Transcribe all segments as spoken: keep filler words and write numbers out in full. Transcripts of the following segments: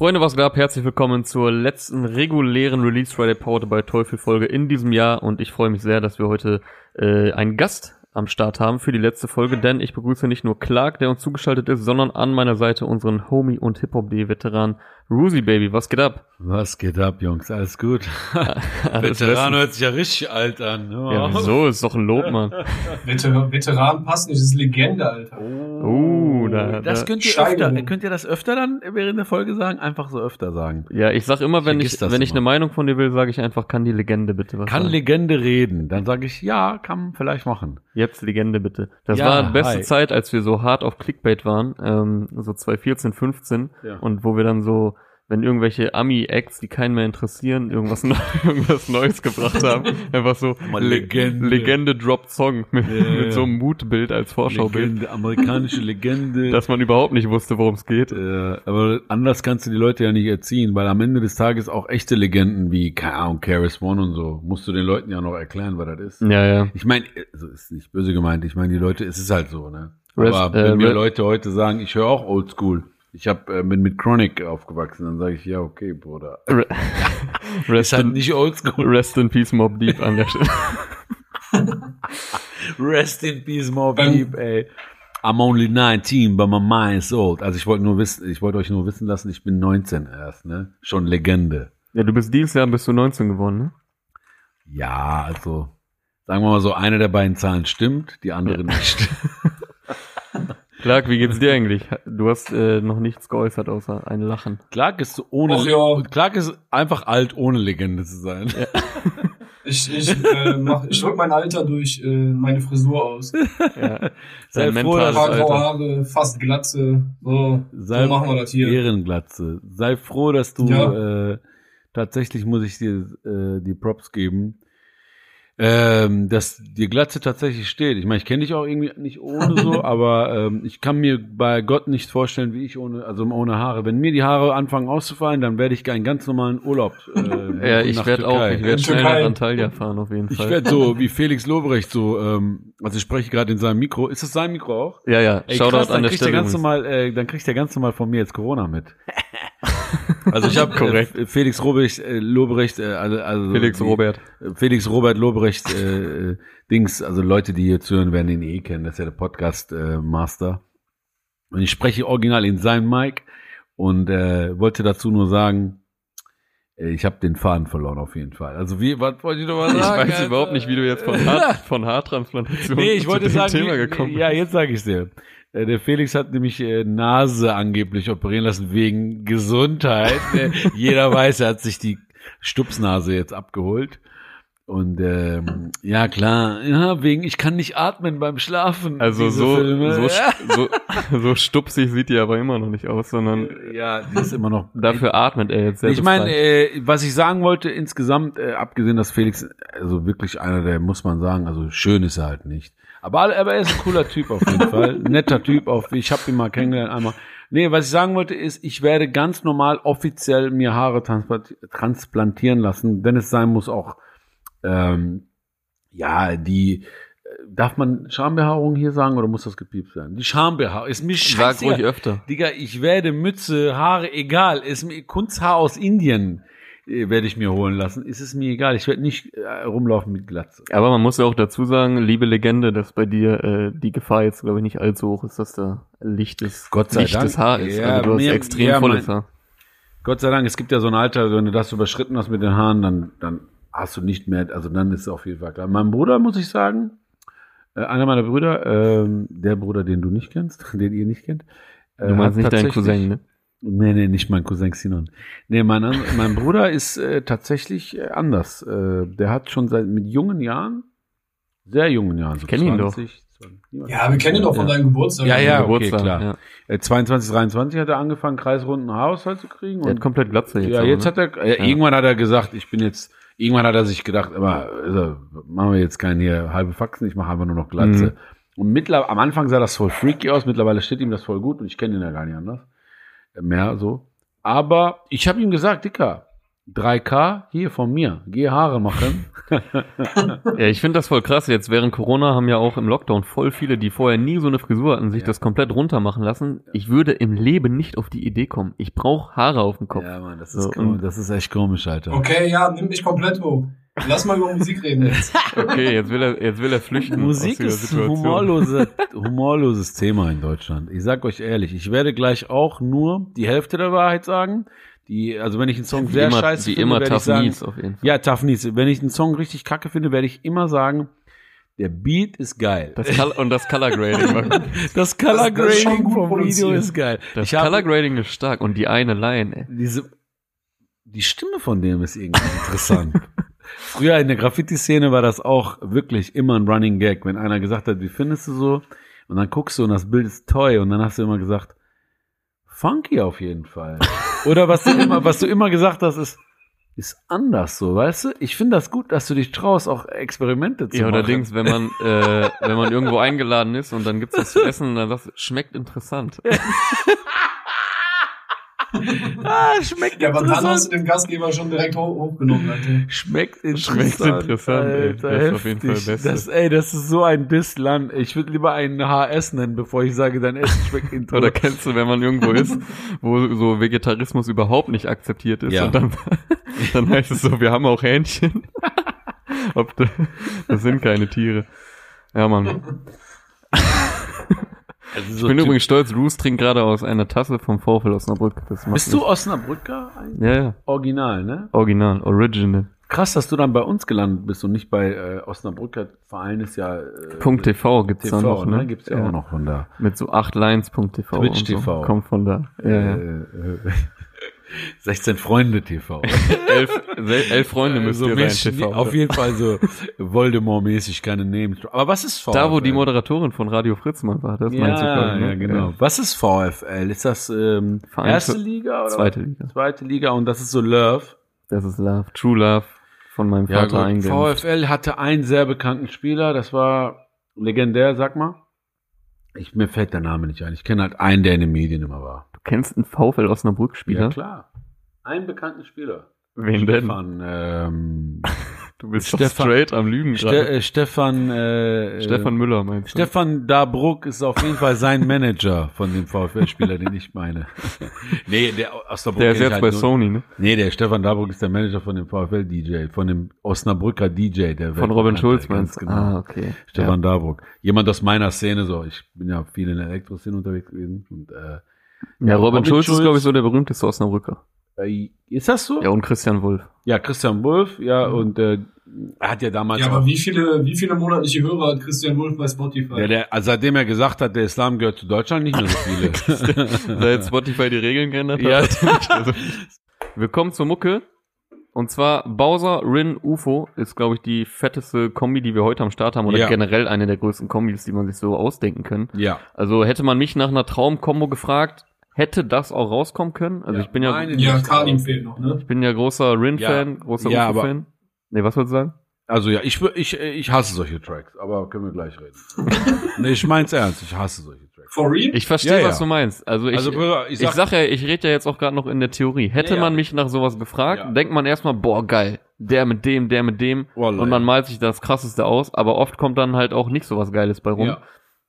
Freunde, was gab? Herzlich willkommen zur letzten regulären Release Friday Pause bei Teufel Folge in diesem Jahr und ich freue mich sehr, dass wir heute äh, einen Gast am Start haben für die letzte Folge, denn ich begrüße nicht nur Clark, der uns zugeschaltet ist, sondern an meiner Seite unseren Homie und Hip-Hop-D-Veteran Ruzy Baby. Was geht ab? Was geht ab, Jungs? Alles gut? Alles Veteran hört sich ja richtig alt an. Oh. Ja, wieso? Ist doch ein Lob, Mann. Veteran, Veteran passt nicht, das ist Legende, Alter. Oh, uh, da, das da. könnt ihr öfter, könnt ihr das öfter dann während der Folge sagen? Einfach so öfter sagen. Ja, ich sag immer, wenn ich, ich wenn ich immer. eine Meinung von dir will, sage ich einfach, kann die Legende bitte was Kann sagen? Legende reden? Dann sage ich, ja, kann man vielleicht machen. Jetzt Legende bitte. Das ja, war die beste hi. Zeit, als wir so hart auf Clickbait waren, ähm, so zwanzig vierzehn, fünfzehn ja. Und wo wir dann so, wenn irgendwelche Ami-Acts, die keinen mehr interessieren, irgendwas, Neu- irgendwas Neues gebracht haben, einfach so Legende. Legende droppt Song mit, ja, ja. mit so einem Moodbild als Vorschaubild. Legende, amerikanische Legende. Dass man überhaupt nicht wusste, worum es geht. Ja, aber anders kannst du die Leute ja nicht erziehen, weil am Ende des Tages auch echte Legenden wie, keine Ahnung, K R S One und so, musst du den Leuten ja noch erklären, was das ist. Ja, ja. Ich meine, also ist nicht böse gemeint, ich meine, die Leute, es ist halt so, ne? Rest, aber wenn äh, mir Rest, Leute heute sagen, ich höre auch Oldschool, ich hab, äh, bin mit Chronic aufgewachsen, dann sage ich, ja, okay, Bruder. Re- ist halt in, nicht Oldschool. Rest in Peace, Mob Deep an der Stelle. Rest in Peace, Mob Deep, ey. I'm only nineteen, but my mind is old. Also ich wollte nur wissen, ich wollte euch nur wissen lassen, ich bin neunzehn erst, ne? Schon Legende. Ja, du bist dieses Jahr bist du neunzehn geworden, ne? Ja, also, sagen wir mal so, eine der beiden Zahlen stimmt, die andere ja. nicht. Clark, wie geht's dir eigentlich? Du hast äh, noch nichts geäußert, außer ein Lachen. Clark ist so ohne, Och, ja. Clark ist einfach alt, ohne Legende zu sein. Ja. Ich, ich, äh, mach, ich drück mein Alter durch äh, meine Frisur aus. Ja. Sei Sein froh, Ein dass paar graue Haare, fast Glatze. So, Sei so machen wir das hier. Ehrenglatze. Sei froh, dass du Ja. äh, tatsächlich, muss ich dir äh, die Props geben, ähm, dass die Glatze tatsächlich steht. Ich meine, ich kenne dich auch irgendwie nicht ohne so, aber ähm, ich kann mir bei Gott nicht vorstellen, wie ich ohne, also ohne Haare. Wenn mir die Haare anfangen auszufallen, dann werde ich einen ganz normalen Urlaub. Äh, ja, ich werde auch, ich werde schnell Türkei. nach Antalya fahren auf jeden Ich Fall. werde so wie Felix Lobrecht so, ähm, also ich spreche gerade in seinem Mikro. Ist das sein Mikro auch? Ja, ja. Ey, Shoutout krass, dann an der kriegt der Stelle. ganz normal, äh, dann kriegt der ganz normal von mir jetzt Corona mit. Also ich habe Korrekt. äh, Felix Lobrecht, äh, Lobrecht, äh, also, also Felix die, Robert. äh, Felix Robert Lobrecht, äh, äh, Dings, also Leute, die hier zuhören, werden ihn eh kennen. Das ist ja der Podcast äh, Master. Und ich spreche original in seinem Mic und äh, wollte dazu nur sagen, äh, ich habe den Faden verloren auf jeden Fall. Also wie, was wollte ich noch mal sagen? Ich weiß Alter? überhaupt nicht, wie du jetzt von, Haar, von Haartransplantation Nee, ich wollte zu dem sagen, Thema wie, gekommen ja, bist. jetzt sage ich dir. Äh, Der Felix hat nämlich äh, Nase angeblich operieren lassen wegen Gesundheit. Äh, Jeder weiß, er hat sich die Stupsnase jetzt abgeholt. Und ähm, ja, klar, ja, wegen ich kann nicht atmen beim Schlafen. Also diese so, Filme. so, so, so stupsig sieht die aber immer noch nicht aus, sondern Ja, die ist immer noch. dafür atmet er jetzt sehr Ich meine, befreit. äh, was ich sagen wollte insgesamt, äh, abgesehen, dass Felix, also wirklich einer der, muss man sagen, also schön ist er halt nicht. Aber, aber er ist ein cooler Typ auf jeden Fall. Netter Typ, auf, ich habe ihn mal kennengelernt einmal. Nee, was ich sagen wollte ist, ich werde ganz normal offiziell mir Haare transplant- transplantieren lassen, wenn es sein muss auch, ähm, ja, die, darf man Schambehaarung hier sagen oder muss das gepiept sein? Die Schambehaarung, ist mir Sag scheißegal. ruhig öfter. Digga, ich werde Mütze, Haare, egal, ist mir Kunsthaar aus Indien äh, werde ich mir holen lassen. Ist es mir egal, ich werde nicht äh, rumlaufen mit Glatze. Aber man muss ja auch dazu sagen, liebe Legende, dass bei dir äh, die Gefahr jetzt, glaube ich, nicht allzu hoch ist, dass da lichtes, Gott sei lichtes Dank. Haar ist. Ja, also du hast mir- extrem ja, volles mein- Haar. Gott sei Dank, es gibt ja so ein Alter, wenn du das überschritten hast mit den Haaren, dann, dann hast du nicht mehr, also dann ist es auf jeden Fall klar. Mein Bruder, muss ich sagen, äh, einer meiner Brüder, ähm, der Bruder, den du nicht kennst, den ihr nicht kennt. Äh, Du meinst hat nicht deinen tatsächlich- Cousin, ne? Nee, nee, nicht mein Cousin Sinon. Nee, mein, an- mein Bruder ist äh, tatsächlich äh, anders. Äh, der hat schon seit mit jungen Jahren, sehr jungen Jahren, so Ich kenn ihn doch. zwanzig, zwanzig, Ja, wir kennen ihn doch von ja. deinem Geburtstag. Ja, ja, okay, Geburtstag, klar. ja. Äh, zweiundzwanzig, dreiundzwanzig hat er angefangen, kreisrunden Haarausfall zu kriegen. Der hat komplett Glatze jetzt. ja, aber, jetzt ne? hat er, äh, Ja. irgendwann hat er gesagt, ich bin jetzt, irgendwann hat er sich gedacht, aber also, machen wir jetzt keinen hier halbe Faxen, ich mache einfach nur noch Glatze. Mhm. Und mittlerweile, am Anfang sah das voll freaky aus, mittlerweile steht ihm das voll gut und ich kenne ihn ja gar nicht anders. Äh, Mehr so. Aber ich habe ihm gesagt, Dicker, drei K hier von mir. Geh Haare machen. Ja, ich finde das voll krass. Jetzt während Corona haben ja auch im Lockdown voll viele, die vorher nie so eine Frisur hatten, sich Ja. das komplett runter machen lassen. Ich würde im Leben nicht auf die Idee kommen. Ich brauche Haare auf dem Kopf. Ja, Mann, das So, ist, komisch. Das ist echt komisch, Alter. Okay, ja, nimm mich komplett hoch. Lass mal über Musik reden jetzt. Okay, jetzt will er, jetzt will er flüchten. Musik aus dieser ist ein Situation. humorlose, humorloses Thema in Deutschland. Ich sag euch ehrlich, ich werde gleich auch nur die Hälfte der Wahrheit sagen. Die, also wenn ich einen Song Wie sehr immer, scheiße wie finde, immer werde ich Tough sagen, Knees auf jeden Fall. ja, Tough Knees. Wenn ich einen Song richtig kacke finde, werde ich immer sagen, der Beat ist geil. Das Col- und das Color Grading. war gut. Das Color Das- das ist schon Grading gut vom Video produziert. ist geil. Das Ich hab- Color Grading ist stark und die eine Line, ey. diese, die Stimme von dem ist irgendwie interessant. Früher in der Graffiti-Szene war das auch wirklich immer ein Running Gag, wenn einer gesagt hat, wie findest du so? Und dann guckst du und das Bild ist toll und dann hast du immer gesagt, funky auf jeden Fall. Oder was du immer, was du immer gesagt hast, ist, ist anders so, weißt du? Ich finde das gut, dass du dich traust, auch Experimente zu Ja, machen. allerdings, wenn man, äh, wenn man irgendwo eingeladen ist und dann gibt's was zu essen und dann sagst du, schmeckt interessant. Ah, schmeckt Ja, aber dann interessant. hast du den Gastgeber schon direkt hoch, hochgenommen, Alter. Schmeckt interessant. Schmeckt interessant, ey. Alter, Das ist auf jeden heftig. Fall Beste. Das, ey, das ist so ein Dissland. Ich würde lieber einen H S nennen, bevor ich sage, dein Essen schmeckt interessant. Oder kennst du, wenn man irgendwo ist, wo so Vegetarismus überhaupt nicht akzeptiert ist Ja. und dann, dann heißt es so, wir haben auch Hähnchen. Ob da, das sind keine Tiere. Ja, Mann. Also Ich so bin typ- übrigens stolz, Roos trinkt gerade aus einer Tasse vom VfL Osnabrück. Das macht Bist du mich- Osnabrücker? Ein Ja, ja. Original, ne? Original, original. Krass, dass du dann bei uns gelandet bist und nicht bei äh, Osnabrücker Verein ist ja äh, Punkt .tv gibt's T V, da noch, ne? Gibt's ja, auch noch von da. Mit so acht Lines Punkt .tv. Twitch und so. T V. Kommt von da. Ja, Äh, ja. äh, sechzehn Freunde T V. elf, sel- elf Freunde müsst so ihr Menschen, sein, T V. auf jeden Fall so Voldemort-mäßig, keine Namen. Aber was ist VfL? Da, wo die Moderatorin von Radio Fritz mal war, das meinst du, Ja, glaub ich, ne? ja, genau. Was ist VfL? Ist das ähm, Verein erste für- Liga oder Zweite Liga. Zweite Liga und das ist so Love. Das ist Love, True Love von meinem Ja, Vater gut. eingeimpft. VfL hatte einen sehr bekannten Spieler, das war legendär, sag mal. Ich, mir fällt der Name nicht ein. Ich kenne halt einen, der in den Medien immer war. Du kennst einen VfL Osnabrück-Spieler? Ja, klar. Einen bekannten Spieler. Wen denn? Stefan, ähm, Du bist Stefan- doch straight am Lügen Ste gerade. äh, Stefan, äh, Stefan Müller meinst du? Stefan Dabruck ist auf jeden Fall sein Manager von dem VfL-Spieler, den ich meine. Nee, der Osnabrück Der ist kennt jetzt halt bei nur- Sony, ne? Nee, der Stefan Dabruck ist der Manager von dem VfL-D J, von dem Osnabrücker D J. Der Von Robin weltbekannte, Schulz ganz meinst du? genau. Ah, okay. Stefan Dabruck. Jemand aus meiner Szene, so. Ich bin ja viel in der Elektro-Szene unterwegs gewesen. Und, äh, Ja, ja Robin, Robin Schulz, Schulz- ist, glaube ich, so der berühmteste Osnabrücker. äh, ist das so? Ja, und Christian Wulff. Ja, Christian Wolf, ja, und äh, er hat ja damals Ja, auch, aber wie viele, wie viele monatliche Hörer hat Christian Wulff bei Spotify? der, der, also seitdem er gesagt hat, der Islam gehört zu Deutschland, nicht mehr so viele. Seit Spotify die Regeln geändert hat. Ja. Also, wir kommen zur Mucke. Und zwar Bowser, Rin, U F O ist, glaube ich, die fetteste Kombi, die wir heute am Start haben. Oder Ja. generell eine der größten Kombis, die man sich so ausdenken kann. Ja. Also hätte man mich nach einer Traumkombo gefragt, hätte das auch rauskommen können. Also Ja, ich bin ja, meine- Ja, Karim fehlt noch, ne? ich bin ja großer Rin-Fan, großer Ja, U F O-Fan. Nee, was wolltest du sagen? Also ja, ich, wür- ich, ich hasse solche Tracks, aber können wir gleich reden. Nee, ich mein's ernst, ich hasse solche Tracks. For real? Ich verstehe, Ja, was ja. du meinst. Also ich, Also, Bruder, ich ich, sag- sag, ja, ich rede ja jetzt auch gerade noch in der Theorie. Hätte Ja, ja. man mich nach sowas gefragt, Ja. denkt man erstmal, boah, geil, der mit dem, der mit dem. Wallah. Und man malt sich das Krasseste aus, aber oft kommt dann halt auch nicht so was Geiles bei rum. Ja.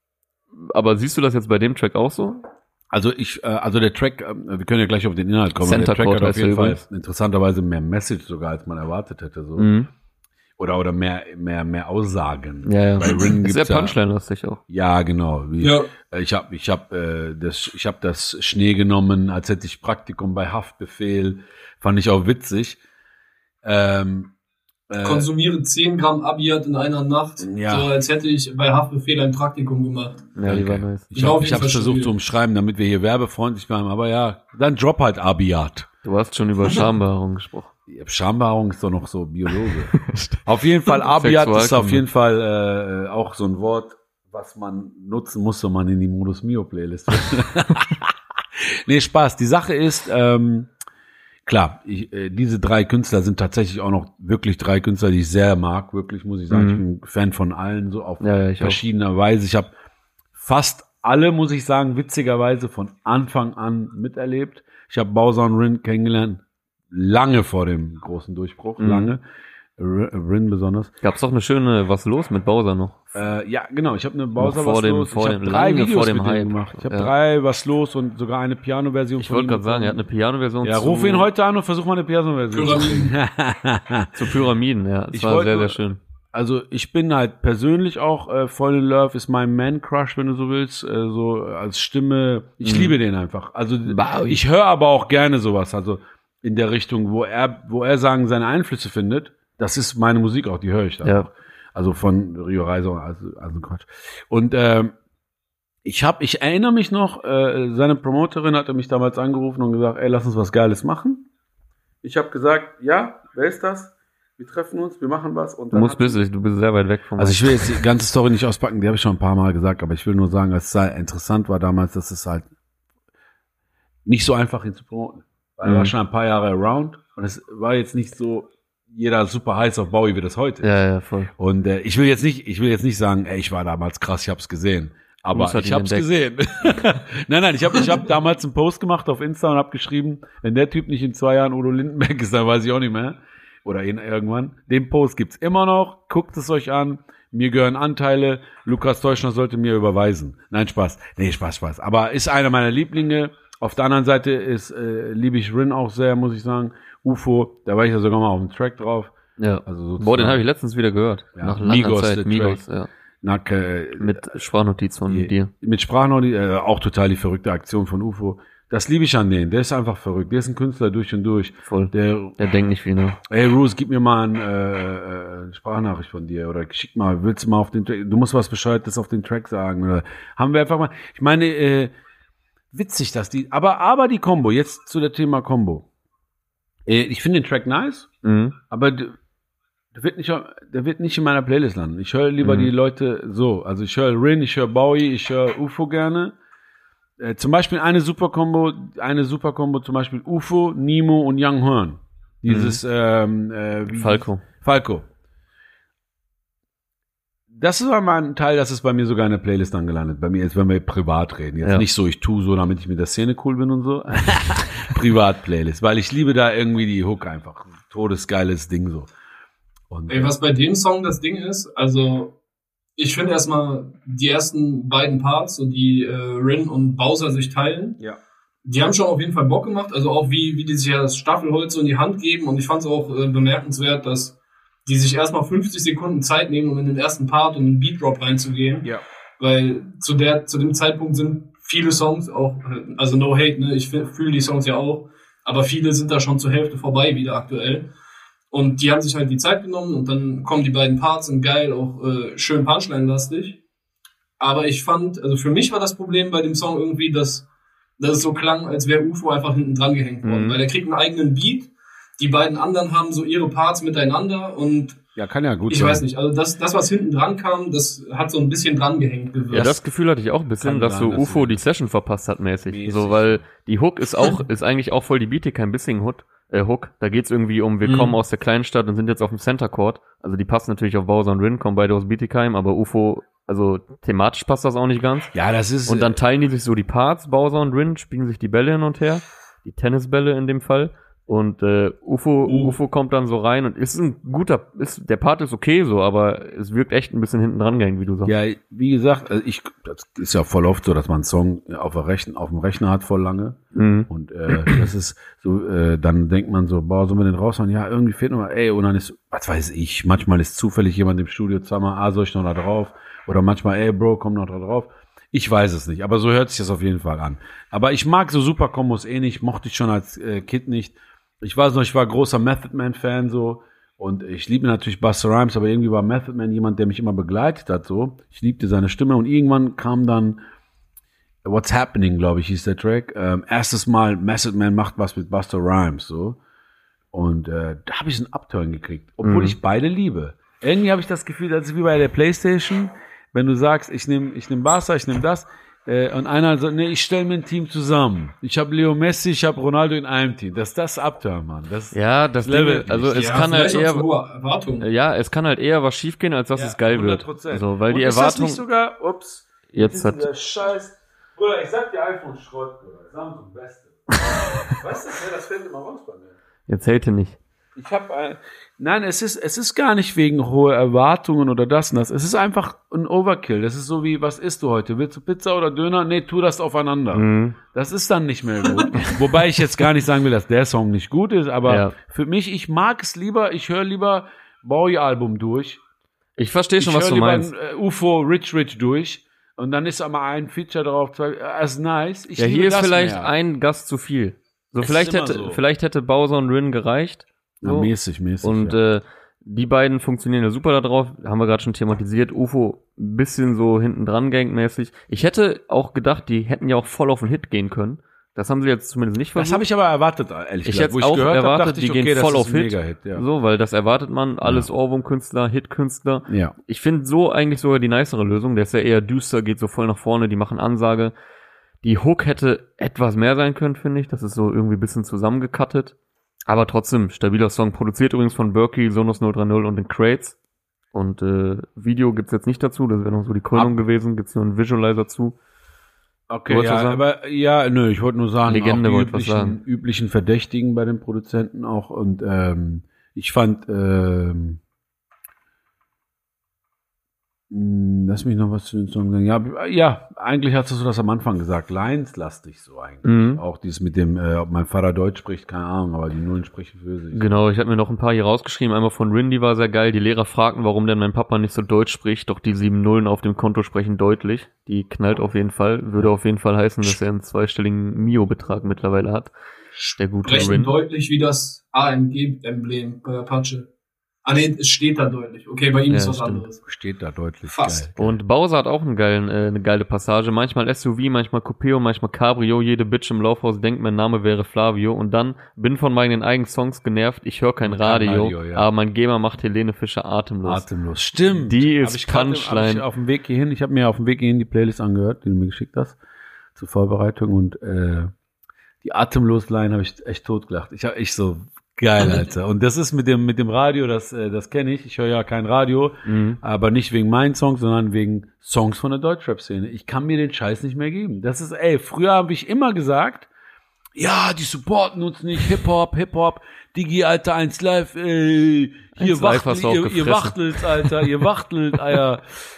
Aber siehst du das jetzt bei dem Track auch so? Also ich, äh, also der Track, äh, wir können ja gleich auf den Inhalt kommen. Center der Track Court hat auf heißt jeden er Fall übrigens. interessanterweise mehr Message sogar, als man erwartet hätte, so. Mhm. Oder, oder mehr, mehr, mehr Aussagen. Ja, ja. Bei Rin Ist gibt's sehr ja, Punchline-lastig auch. ja, genau. Wie, Ja. äh, Ich habe, ich habe, äh, das, ich habe das Schnee genommen, als hätte ich Praktikum bei Haftbefehl. Fand ich auch witzig. Ähm, äh, Konsumiere zehn Gramm Abiat in einer Nacht, Ja. so als hätte ich bei Haftbefehl ein Praktikum gemacht. Ja, die war Danke. nice. Ich Ja, habe auf ich jeden hab's Fall versucht stabil. zu umschreiben, damit wir hier werbefreundlich bleiben, aber ja, dann drop halt Abiat. Du hast schon über Schambehaarung gesprochen. Schambehaarung ist doch noch so Biologe. Auf jeden Fall, Abiat ist auf Sexualkunde. jeden Fall äh, auch so ein Wort, was man nutzen muss, wenn man in die Modus Mio Playlist will. Nee, Spaß. Die Sache ist, ähm, klar, ich, äh, diese drei Künstler sind tatsächlich auch noch wirklich drei Künstler, die ich sehr mag, wirklich, muss ich sagen. Mhm. Ich bin Fan von allen, so auf Ja, ja, ich auch. verschiedener Weise. Ich habe fast alle, muss ich sagen, witzigerweise von Anfang an miterlebt. Ich habe Bowser und Rin kennengelernt, lange vor dem großen Durchbruch, Mhm. lange. R- Rin besonders. Gab's doch eine schöne Was los mit Bowser noch. Äh, ja, genau. Ich habe eine Bowser Noch vor was dem- los. vor Ich dem- habe drei lange Videos vor dem mit ihm Hype. gemacht. Ich habe Ja. drei was los und sogar eine Piano-Version Ich von wollte ihm gerade sagen, er hat bekommen. eine Piano-Version Ja, zu, ruf ihn heute an und versuch mal eine Piano-Version. Pyramiden. zu Pyramiden, ja. Das Ich war wollte sehr, nur- sehr schön. Also ich bin halt persönlich auch äh, voll in Love, ist mein Man-Crush, wenn du so willst, äh, so als Stimme. Ich Mhm. liebe den einfach. Also Wow. ich höre aber auch gerne sowas, also in der Richtung, wo er, wo er sagen seine Einflüsse findet. Das ist meine Musik auch, die höre ich dann Ja. auch. Also von Rio Reiser, also, also Quatsch. Und ähm, ich habe, ich erinnere mich noch, äh, seine Promoterin hatte mich damals angerufen und gesagt, ey, lass uns was Geiles machen. Ich habe gesagt, ja, wer ist das? Wir treffen uns, wir machen was. Und Du dann musst hat- bist, du bist sehr weit weg von also ich will jetzt die ganze Story nicht auspacken, die habe ich schon ein paar Mal gesagt, aber ich will nur sagen, dass es sehr interessant war damals, dass es halt nicht so einfach ihn zu promoten. Weil er Mhm. war schon ein paar Jahre around und es war jetzt nicht so jeder super heiß auf Bowie, wie das heute ist. Ja, ja, voll. Und äh, ich will jetzt nicht, ich will jetzt nicht sagen, ey, ich war damals krass, ich hab's gesehen. Aber Bruce hat ich ihn hab's gesehen. nein, nein, ich habe ich hab damals einen Post gemacht auf Insta und hab geschrieben, wenn der Typ nicht in zwei Jahren Udo Lindenberg ist, dann weiß ich auch nicht mehr. Oder in, irgendwann. Den Post gibt's immer noch. Guckt es euch an. Mir gehören Anteile. Lukas Teuschner sollte mir überweisen. Nein, Spaß. Nee, Spaß, Spaß. Aber ist einer meiner Lieblinge. Auf der anderen Seite ist äh, liebe ich Rin auch sehr, muss ich sagen. U F O, da war ich ja sogar mal auf dem Track drauf. Ja. Also sozusagen- Boah, den habe ich letztens wieder gehört. Ja, Nach langer Migos, Zeit. der Migos, ja. Nack, äh, Mit Sprachnotiz von je- dir. Mit Sprachnoti, äh, auch total die verrückte Aktion von U F O. Das liebe ich an denen. Der ist einfach verrückt. Der ist ein Künstler durch und durch. Voll. Der, Der denkt nicht wie, ne? hey Bruce, gib mir mal ein, äh, äh, Sprachnachricht von dir oder schick mal, willst du mal auf den Track, du musst was Bescheuertes auf den Track sagen oder haben wir einfach mal, ich meine, äh, witzig, dass die, aber, aber die Combo, jetzt zu der Thema Combo. Äh, ich finde den Track nice, Mhm. aber d- der wird nicht, der wird nicht in meiner Playlist landen. Ich höre lieber Mhm. die Leute so, also ich höre Rin, ich höre Bowie, ich höre U F O gerne. Äh, zum Beispiel eine super Combo, eine super Combo, zum Beispiel U F O, Nemo und Young Horn. Dieses, ähm, äh, wie- Falco. Falco. Das war mal ein Teil, das ist bei mir sogar in der Playlist angelandet. Bei mir ist, wenn wir privat reden. Jetzt Ja. nicht so, ich tue so, damit ich mit der Szene cool bin und so. Privat-Playlist, weil ich liebe da irgendwie die Hook einfach. Todesgeiles Ding so. Und, Ey, was bei dem Song das Ding ist, also ich finde erstmal die ersten beiden Parts, so die äh, Rin und Bowser sich teilen, ja. die haben schon auf jeden Fall Bock gemacht, also auch wie, wie die sich ja das Staffelholz so in die Hand geben und ich fand es auch äh, bemerkenswert, dass die sich erstmal fünfzig Sekunden Zeit nehmen, um in den ersten Part und in den Beat Drop reinzugehen, Ja. weil zu der zu dem Zeitpunkt sind viele Songs auch, äh, also no hate, ne, ich fühle die Songs ja auch, aber viele sind da schon zur Hälfte vorbei wieder aktuell. Und die haben sich halt die Zeit genommen und dann kommen die beiden Parts, sind geil, auch äh, schön Punchline-lastig. Aber ich fand, also für mich war das Problem bei dem Song irgendwie, dass, dass es so klang, als wäre U F O einfach hinten dran gehängt worden. Mhm. Weil er kriegt einen eigenen Beat, die beiden anderen haben so ihre Parts miteinander und Ja, kann ja gut ich sein. weiß nicht, also das, das, was hinten dran kam, das hat so ein bisschen dran gehängt gewirkt. Ja, das Gefühl hatte ich auch ein bisschen, Kann dass sein, so dass U F O sie- die Session verpasst hat mäßig. Mäßig. So, weil die Hook ist auch, ist eigentlich auch voll die Bietigheim Bissing Hook. Äh, Hook. Da geht's irgendwie um, wir Mhm. kommen aus der Kleinstadt und sind jetzt auf dem Center Court. Also die passen natürlich auf Bowser und Rin, kommen beide aus Bietigheim, aber U F O, also thematisch passt das auch nicht ganz. Ja, das ist. Und dann teilen die sich so die Parts, Bowser und Rin, spielen sich die Bälle hin und her. Die Tennisbälle in dem Fall. Und äh, U F O, Uh. U F O kommt dann so rein und ist ein guter, ist, der Part ist okay so, aber es wirkt echt ein bisschen hinten dran gehängt, wie du sagst. Ja, wie gesagt, also ich, das ist ja voll oft so, dass man einen Song auf, der Rechn, auf dem Rechner hat voll lange. Mhm. Und äh, das ist so, äh, dann denkt man so, boah, sollen wir den raushauen? Ja, irgendwie fehlt noch mal, ey, und dann ist, was weiß ich, manchmal ist zufällig jemand im Studio, zweimal, ah, soll ich noch da drauf? Oder manchmal, ey, Bro, komm noch da drauf. Ich weiß es nicht, aber so hört sich das auf jeden Fall an. Aber ich mag so Super-Kombos eh nicht, mochte ich schon als äh, Kid nicht. Ich weiß noch, ich war großer Method Man-Fan so und ich liebe natürlich Busta Rhymes, aber irgendwie war Method Man jemand, der mich immer begleitet hat so. Ich liebte seine Stimme und irgendwann kam dann What's Happening, glaube ich, hieß der Track. Ähm, erstes Mal Method Man macht was mit Busta Rhymes so und äh, da habe ich einen Upturn gekriegt, obwohl Mhm. ich beide liebe. Irgendwie habe ich das Gefühl, das ist wie bei der PlayStation, wenn du sagst, ich nehme ich nehm Barca, ich nehme das. Äh, und einer sagt, nee, ich stelle mir ein Team zusammen. Ich habe Leo Messi, ich habe Ronaldo in einem Team. Das ist das Upturn, Mann. Das, Ja, das Level Ding, also nicht. es ja, kann halt vielleicht auch eher, zu hohe Erwartungen. ja, es kann halt eher was schiefgehen, als dass Ja, es geil hundert wird. Prozent. So, weil und die ist Erwartung, das nicht sogar, ups, jetzt hat, dieser Scheiß, Bruder, ich sag dir iPhone Schrott, Bruder. Samsung, Beste. Weißt du, das fällt immer raus bei mir. Jetzt hate nicht. Ich habe, äh, nein, es ist, es ist gar nicht wegen hoher Erwartungen oder das und das. Es ist einfach ein Overkill. Das ist so wie, was isst du heute? Willst du Pizza oder Döner? Nee, tu das aufeinander. Mhm. Das ist dann nicht mehr gut. Wobei ich jetzt gar nicht sagen will, dass der Song nicht gut ist, aber Ja. für mich, ich mag es lieber, ich höre lieber Bowie-Album durch. Ich verstehe schon, ich was du lieber meinst. Ein, äh, U F O Rich Rich durch. Und dann ist einmal ein Feature drauf, zwei, das ist nice. Ich Ja, liebe hier ist das vielleicht mehr. ein Gast zu viel. So, Es vielleicht ist immer hätte, so. vielleicht hätte Bowser und Rin gereicht. Ja, So. mäßig, mäßig. Und ja. äh, die beiden funktionieren ja super da drauf. Haben wir gerade schon thematisiert. U F O ein bisschen so hinten dran gangmäßig. Ich hätte auch gedacht, die hätten ja auch voll auf den Hit gehen können. Das haben sie jetzt zumindest nicht versucht. Das habe ich aber erwartet, ehrlich Ich gesagt. hätte Wo ich auch gehört habe, erwartet, dachte ich, die okay, gehen das voll ist auf ein Hit. Mega-Hit, ja. So, weil das erwartet man. Alles Ja. Ohrwurm-Künstler, Hit-Künstler. Ja. Ich finde so eigentlich sogar die nicere Lösung. Der ist ja eher düster, geht so voll nach vorne, die machen Ansage. Die Hook hätte etwas mehr sein können, finde ich. Das ist so irgendwie ein bisschen zusammengekattet. Aber trotzdem, stabiler Song. Produziert übrigens von Berkey, Sonos null drei null und den Crates. Und äh, Video gibt's jetzt nicht dazu. Das wäre noch so die Krönung Ab- gewesen. Gibt's nur einen Visualizer zu. Okay, Du wolltest ja, was sagen? aber ja, nö, ich wollte nur sagen, Legende auch die wollte was sagen. üblichen, üblichen Verdächtigen bei den Produzenten auch und ähm, ich fand, ähm, mh, lass mich noch was zu den Song sagen. Ja, ja, eigentlich hast du das am Anfang gesagt, Lines-lastig so eigentlich. Mhm. Auch dieses mit dem, äh, ob mein Vater Deutsch spricht, keine Ahnung, aber die Nullen sprechen für sich. Genau, ich habe mir noch ein paar hier rausgeschrieben. Einmal von Rin, die war sehr geil. Die Lehrer fragten, warum denn mein Papa nicht so Deutsch spricht. Doch die sieben Nullen auf dem Konto sprechen deutlich. Die knallt auf jeden Fall. Würde auf jeden Fall heißen, dass er einen zweistelligen Mio-Betrag mittlerweile hat. Der gute Sprechen Rin. deutlich wie das A M G-Emblem bei Apache. Ah nee, es steht da deutlich. Okay, bei ihm Ja, ist was stimmt. anderes. Steht da deutlich. Fast. Geil. Und Bowser hat auch einen geilen, äh, eine geile Passage. Manchmal S U V, manchmal Coupé, manchmal Cabrio. Jede Bitch im Laufhaus denkt, mein Name wäre Flavio. Und dann bin von meinen eigenen Songs genervt. Ich höre kein Kein Radio, Radio, ja. aber mein Gamer macht Helene Fischer atemlos. Atemlos. Stimmt. Die Hab ist ich grad- Punchline. hab ich auf dem Weg hierhin, ich habe mir auf dem Weg hierhin die Playlist angehört, die du mir geschickt hast, zur Vorbereitung und äh, die Atemlos-Line habe ich echt totgelacht. Ich habe echt so geil, Alter. Und das ist mit dem mit dem Radio, das äh, das kenne ich. Ich höre ja kein Radio, Mhm. aber nicht wegen meinen Songs, sondern wegen Songs von der Deutschrap-Szene. Ich kann mir den Scheiß nicht mehr geben. Das ist, ey, früher habe ich immer gesagt, ja, die supporten uns nicht, Hip-Hop, Hip-Hop, Digi, Alter, eins live, ey, hier eins Live hast wachtelt, du auch ihr, ihr gefressen. wachtelt, Alter, ihr wachtelt, Alter.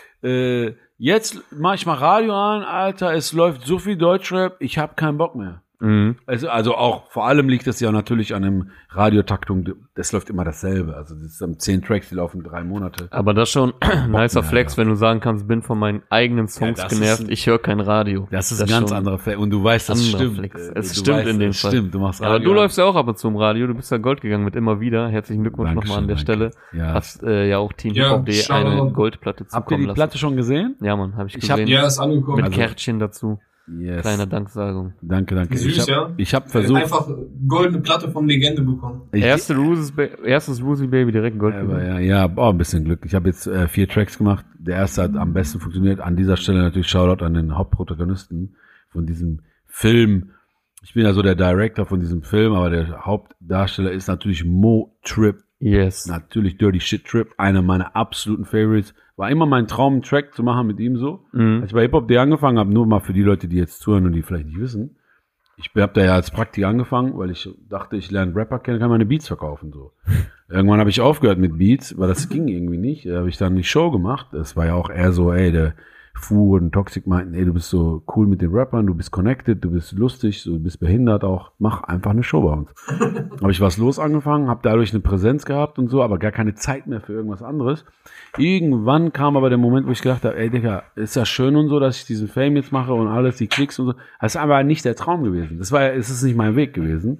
Äh, jetzt mach ich mal Radio an, Alter, es läuft so viel Deutschrap, ich habe keinen Bock mehr. Mhm. Also, also auch, vor allem liegt es ja natürlich an dem Radiotaktung, das läuft immer dasselbe. Also das sind zehn Tracks, die laufen drei Monate. Aber das schon ein nicer mehr, Flex, ja. wenn du sagen kannst, bin von meinen eigenen Songs Ja, das ist genervt, ein- ich höre kein Radio. Das ist ein ganz schon anderer Flex. Und du weißt, das anderer stimmt. Flex. Äh, Es du stimmt weißt, in dem es Fall. Stimmt, du machst Ja, aber Radio du an. läufst ja auch ab und zu im Radio, du bist ja Gold gegangen mit immer wieder. Herzlichen Glückwunsch nochmal an der Dankeschön, Stelle. danke. Ja. Hast äh, ja auch Team Ja, Hip Hop punkt de Shoutout. eine Goldplatte Habt ihr zukommen die lassen. Platte schon gesehen? Ja, Mann, habe ich Ich hab- gesehen. Ja, ist angekommen. Mit Also- Kärtchen dazu. Yes. Kleine Danksagung. Danke, danke. Süß, ich hab, ja. Ich habe versucht. Einfach goldene Platte von Legende bekommen. Ich, Erste Ruses Ba- erstes Rusi Baby direkt Gold aber gewonnen. ja, ja, oh, ein bisschen Glück. Ich habe jetzt äh, vier Tracks gemacht. Der erste hat am besten funktioniert. An dieser Stelle natürlich Shoutout an den Hauptprotagonisten von diesem Film. Ich bin ja so der Director von diesem Film, aber der Hauptdarsteller ist natürlich Mo Trip. Yes. Natürlich Dirty Shit Trip, einer meiner absoluten Favorites. War immer mein Traum, einen Track zu machen mit ihm so. Mhm. Als ich bei Hip Hop punkt de angefangen habe, nur mal für die Leute, die jetzt zuhören und die vielleicht nicht wissen. Ich habe da ja als Praktiker angefangen, weil ich dachte, ich lerne Rapper kennen, kann meine Beats verkaufen so. Irgendwann habe ich aufgehört mit Beats, weil das ging irgendwie nicht. Da habe ich dann die Show gemacht. Das war ja auch eher so, ey, der Fu und Toxic meinten, ey, du bist so cool mit den Rappern, du bist connected, du bist lustig, so, du bist behindert auch, mach einfach eine Show bei uns. Habe ich was los angefangen, habe dadurch eine Präsenz gehabt und so, aber gar keine Zeit mehr für irgendwas anderes. Irgendwann kam aber der Moment, wo ich gedacht habe, ey Digga, ist ja schön und so, dass ich diesen Fame jetzt mache und alles, die Klicks und so. Das ist aber nicht der Traum gewesen. Das war ja, es ist nicht mein Weg gewesen.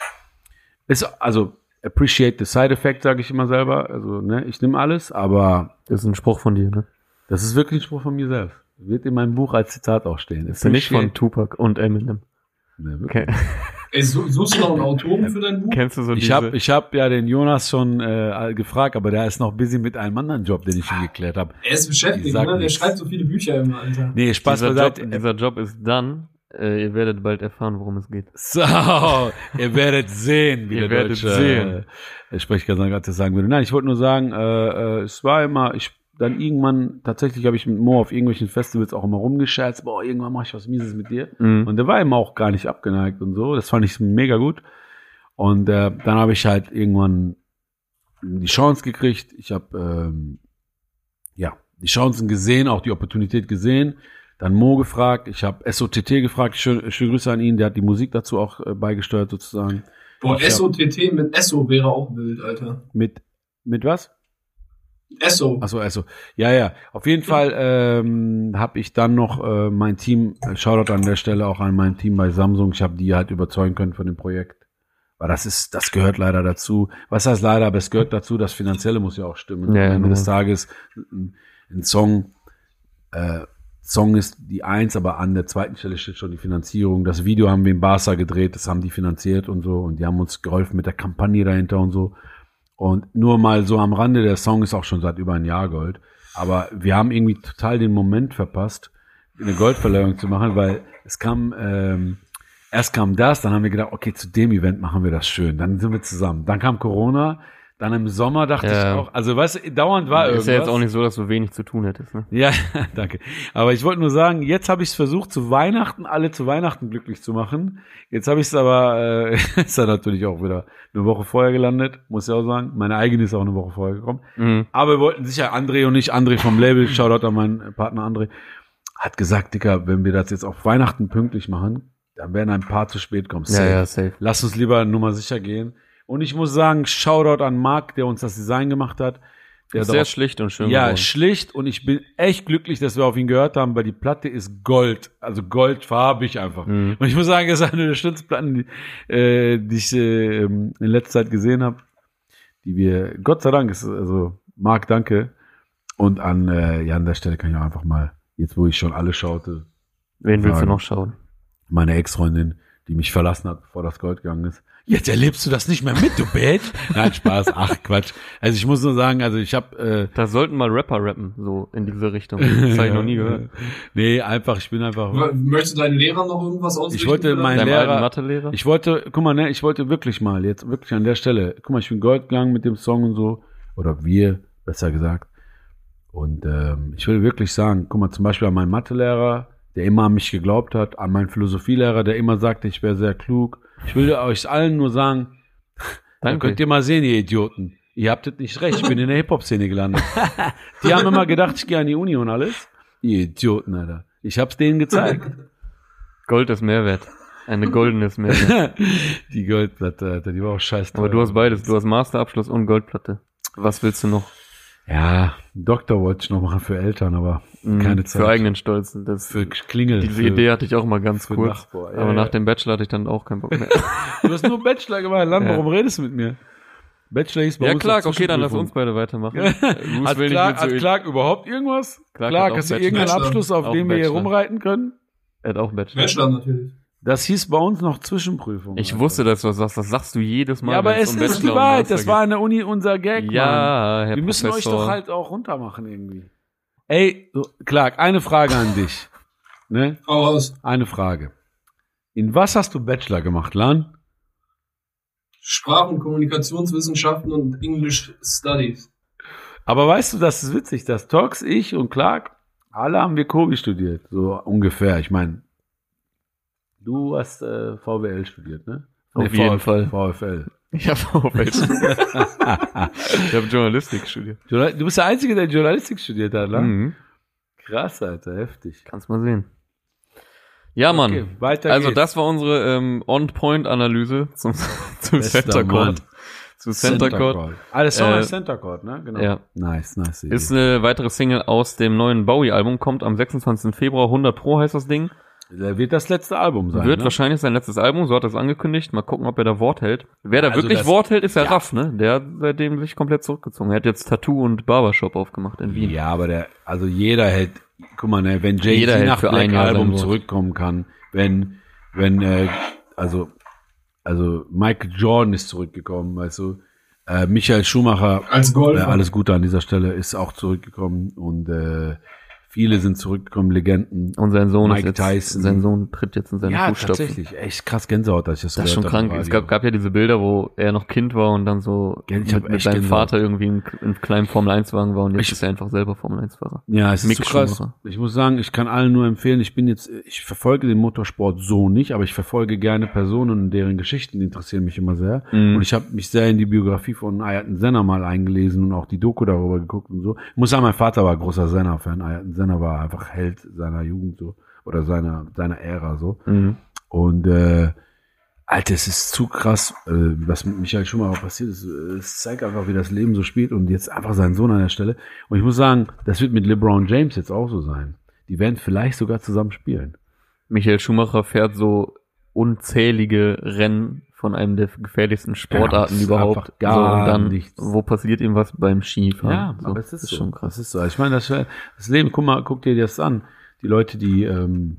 Ist, also, appreciate the side effect, sage ich immer selber. Also, ne, ich nehme alles, aber Das ist ein Spruch von dir, ne? das ist wirklich ein Spruch von mir selbst. Wird in meinem Buch als Zitat auch stehen. Ist ja nicht von Tupac und Eminem. Ne, wirklich. Okay. Ey, su- suchst du noch einen Autoren für dein Buch? Kennst du so Ich diese... habe ich hab ja den Jonas schon äh, gefragt, aber der ist noch busy mit einem anderen Job, den ich schon geklärt habe. Er ist Ich beschäftigt, sag ne? Der nichts. schreibt so viele Bücher immer, Alter. Nee, Spaß dieser, beiseite. Job, dieser Job ist dann, äh, ihr werdet bald erfahren, worum es geht. So, ihr werdet sehen, wie Ihr der werdet Deutsche sehen. äh, Sprechgesang gerade sagen würde. Nein, ich wollte nur sagen, äh, äh, es war immer, ich dann irgendwann, tatsächlich habe ich mit Mo auf irgendwelchen Festivals auch immer rumgescherzt, boah, irgendwann mache ich was Mieses mit dir. Mhm. Und der war immer auch gar nicht abgeneigt und so. Das fand ich mega gut. Und äh, dann habe ich halt irgendwann die Chance gekriegt. Ich habe ähm, ja die Chancen gesehen, auch die Opportunität gesehen. Dann Mo gefragt, ich habe S O T T gefragt, schöne, schöne Grüße an ihn, der hat die Musik dazu auch äh, beigesteuert sozusagen. Boah, Ich S O T T mit Esso wäre auch wild, Alter. Mit, mit was? Esso. Achso, Esso. Ja, ja. Auf jeden Fall ähm, habe ich dann noch äh, mein Team, äh, Shoutout an der Stelle auch an mein Team bei Samsung, ich habe die halt überzeugen können von dem Projekt. Weil das ist, das gehört leider dazu. Was heißt leider, aber es gehört dazu, das Finanzielle muss ja auch stimmen. Ja, Am Ende genau. des Tages, ein, ein Song, äh, Song ist die Eins, aber an der zweiten Stelle steht schon die Finanzierung. Das Video haben wir in Barca gedreht, das haben die finanziert und so. Und die haben uns geholfen mit der Kampagne dahinter und so. Und nur mal so am Rande, der Song ist auch schon seit über ein Jahr Gold. Aber wir haben irgendwie total den Moment verpasst, eine Goldverleihung zu machen, weil es kam, ähm, erst kam das, dann haben wir gedacht, okay, zu dem Event machen wir das schön. Dann sind wir zusammen. Dann kam Corona. Dann im Sommer dachte Ja. ich auch, also weißt du, dauernd war irgendwas. Ist ja jetzt auch nicht so, dass du wenig zu tun hättest, ne? Ja, danke. Aber ich wollte nur sagen, jetzt habe ich es versucht, zu Weihnachten, alle zu Weihnachten glücklich zu machen. Jetzt habe ich es aber, äh, ist dann natürlich auch wieder eine Woche vorher gelandet, muss ich auch sagen. Meine eigene ist auch eine Woche vorher gekommen. Mhm. Aber wir wollten sicher, André und ich, André vom Label, Shoutout an meinen Partner André, hat gesagt, Dicker, wenn wir das jetzt auf Weihnachten pünktlich machen, dann werden ein paar zu spät kommen. Ja, Safe. ja, safe. Lass uns lieber Nummer sicher gehen. Und ich muss sagen, Shoutout an Marc, der uns das Design gemacht hat. Der Sehr darauf- schlicht und schön Ja, geworden. schlicht, und ich bin echt glücklich, dass wir auf ihn gehört haben, weil die Platte ist Gold, also goldfarbig einfach. Mhm. Und ich muss sagen, das ist eine der schönsten Platten, die, äh, die ich äh, in letzter Zeit gesehen habe, die wir, Gott sei Dank, ist, also Marc, danke. Und an, äh, ja, an der Stelle kann ich auch einfach mal, jetzt wo ich schon alle schaute, Wen willst du Fragen. noch schauen? meine Ex-Freundin, die mich verlassen hat, bevor das Gold gegangen ist. Jetzt erlebst du das nicht mehr mit, du Bitch. Nein, Spaß, ach Quatsch. Also ich muss nur sagen, also ich habe äh, Da sollten mal Rapper rappen, so in diese Richtung. Das habe ich noch nie gehört. Nee, einfach, ich bin einfach. Möchtest du deinen Lehrern noch irgendwas ausrichten? Ich wollte vielleicht? mein Deinem Lehrer- alten Mathelehrer? Ich wollte, guck mal, ne, ich wollte wirklich mal, jetzt wirklich an der Stelle, guck mal, ich bin Gold gegangen mit dem Song und so, oder wir, besser gesagt. Und ähm, ich will wirklich sagen, guck mal, zum Beispiel an meinen Mathelehrer, der immer an mich geglaubt hat, an meinen Philosophielehrer, der immer sagte, ich wäre sehr klug. Ich will euch allen nur sagen, dann Danke. könnt ihr mal sehen, ihr Idioten. Ihr habt das nicht recht, ich bin in der Hip-Hop-Szene gelandet. Die haben immer gedacht, ich gehe an die Uni und alles. Ihr Idioten, Alter. Ich hab's denen gezeigt. Gold ist Mehrwert. Eine goldene ist Mehrwert. Die Goldplatte, Alter, die war auch scheiße. Aber du hast beides. Du hast Masterabschluss und Goldplatte. Was willst du noch? Ja, Doktor wollte ich noch machen für Eltern, aber Mhm, keine Zeit. Für eigenen Stolz. Das, Für Klingel. diese für, Idee hatte ich auch mal ganz für kurz. Nachbar. Ja, aber ja. nach dem Bachelor hatte ich dann auch keinen Bock mehr. Du hast nur Bachelor gemacht, Land, Ja. warum redest du mit mir? Bachelor hieß bei Ja, uns Clark, noch okay, dann lass Zwischenprüfung. uns beide weitermachen. Äh, Bruce Hat will nicht Clark, mit so- hat Clark überhaupt irgendwas? Clark Clark, hat auch hast du Bachelor. irgendeinen Bachelor. Abschluss, auf Auch dem wir hier Bachelor. rumreiten können? Er hat auch Bachelor. Bachelor natürlich. Das hieß bei uns noch Zwischenprüfung. Ich Alter. wusste, dass du das sagst. Das sagst du jedes Mal. Ja, aber wenn es um ist die Bachelor und Wahrheit. Master Das war an der Uni unser Gag, geht. Mann. Ja, Herr Wir müssen Professor. euch doch halt auch runtermachen irgendwie. Ey, so, Clark, eine Frage an dich. Ne? Hau raus. Eine Frage. In was hast du Bachelor gemacht, Lan? Sprach- und Kommunikationswissenschaften und English Studies. Aber weißt du, das ist witzig, dass Tox, ich und Clark, alle haben wir Kobi studiert, so ungefähr. Ich meine, du hast äh, V W L studiert, ne? Auf jeden V- Fall. VfL. Ich habe auch Bachelor. Ich habe Journalistik studiert. Journal- Du bist der Einzige, der Journalistik studiert hat, ne? Mhm. Krass, Alter, heftig. Kannst mal sehen. Ja, Mann. Okay, weiter Also geht's. das war unsere ähm, On-Point-Analyse zum, zum Bester Center Mann. Court. Zu Center Court. Court. Ah, der Song Äh, ist Center Court, ne? Genau. ja. Nice, nice. Ist eine weitere Single aus dem neuen Bowie-Album, kommt am sechsundzwanzigsten Februar, hundert Pro heißt das Ding. Der wird das letzte Album sein, Wird ne? wahrscheinlich sein letztes Album, so hat er es angekündigt. Mal gucken, ob er da Wort hält. Wer da Also wirklich das- Wort hält, ist der ja. Raff, ne? Der hat seitdem sich komplett zurückgezogen. Er hat jetzt Tattoo und Barbershop aufgemacht in Wien. Ja, aber der, also jeder hält, guck mal, ne, wenn Jeder Jay-Z hält nach für Black ein Jahr sein Album Wort. zurückkommen kann, wenn, wenn, äh, also, also Michael Jordan ist zurückgekommen, weißt du, äh, Michael Schumacher, Als äh, Golfer. alles Gute an dieser Stelle, ist auch zurückgekommen und äh, Viele sind zurückgekommen, Legenden. Und sein Sohn Mike ist jetzt, Tyson. sein Sohn tritt jetzt in seine Ja, Fußstapfen. tatsächlich. Echt krass Gänsehaut, als ich das so Das ist schon gehört habe im krank. Es Radio. gab, gab ja diese Bilder, wo er noch Kind war und dann so Ja, ich mit, hab mit echt seinem Gänsehaut. Vater irgendwie in einem kleinen Formel eins Wagen war und jetzt Ich- ist er einfach selber Formel eins Fahrer. Ja, es ist Mick so krass. Schumacher. Ich muss sagen, ich kann allen nur empfehlen, ich bin jetzt, ich verfolge den Motorsport so nicht, aber ich verfolge gerne Personen und deren Geschichten, die interessieren mich immer sehr. Mhm. Und ich habe mich sehr in die Biografie von Ayrton Senna mal eingelesen und auch die Doku darüber geguckt und so. Ich muss sagen, mein Vater war großer Senna-Fan. Ayrton Senna war einfach Held seiner Jugend so oder seiner seiner Ära so. Mhm. Und äh, Alter, es ist zu krass, äh, was mit Michael Schumacher passiert ist. Es zeigt einfach, wie das Leben so spielt und jetzt einfach sein Sohn an der Stelle. Und ich muss sagen, das wird mit LeBron James jetzt auch so sein. Die werden vielleicht sogar zusammen spielen. Michael Schumacher fährt so unzählige Rennen von einem der gefährlichsten Sportarten Ja, das ist überhaupt. einfach gar so, und dann, nichts. wo passiert ihm was beim Skifahren? Ja, so, aber es ist, das so. schon krass. Das ist so. Ich meine, das, das Leben, guck mal, guck dir das an. Die Leute, die, ähm,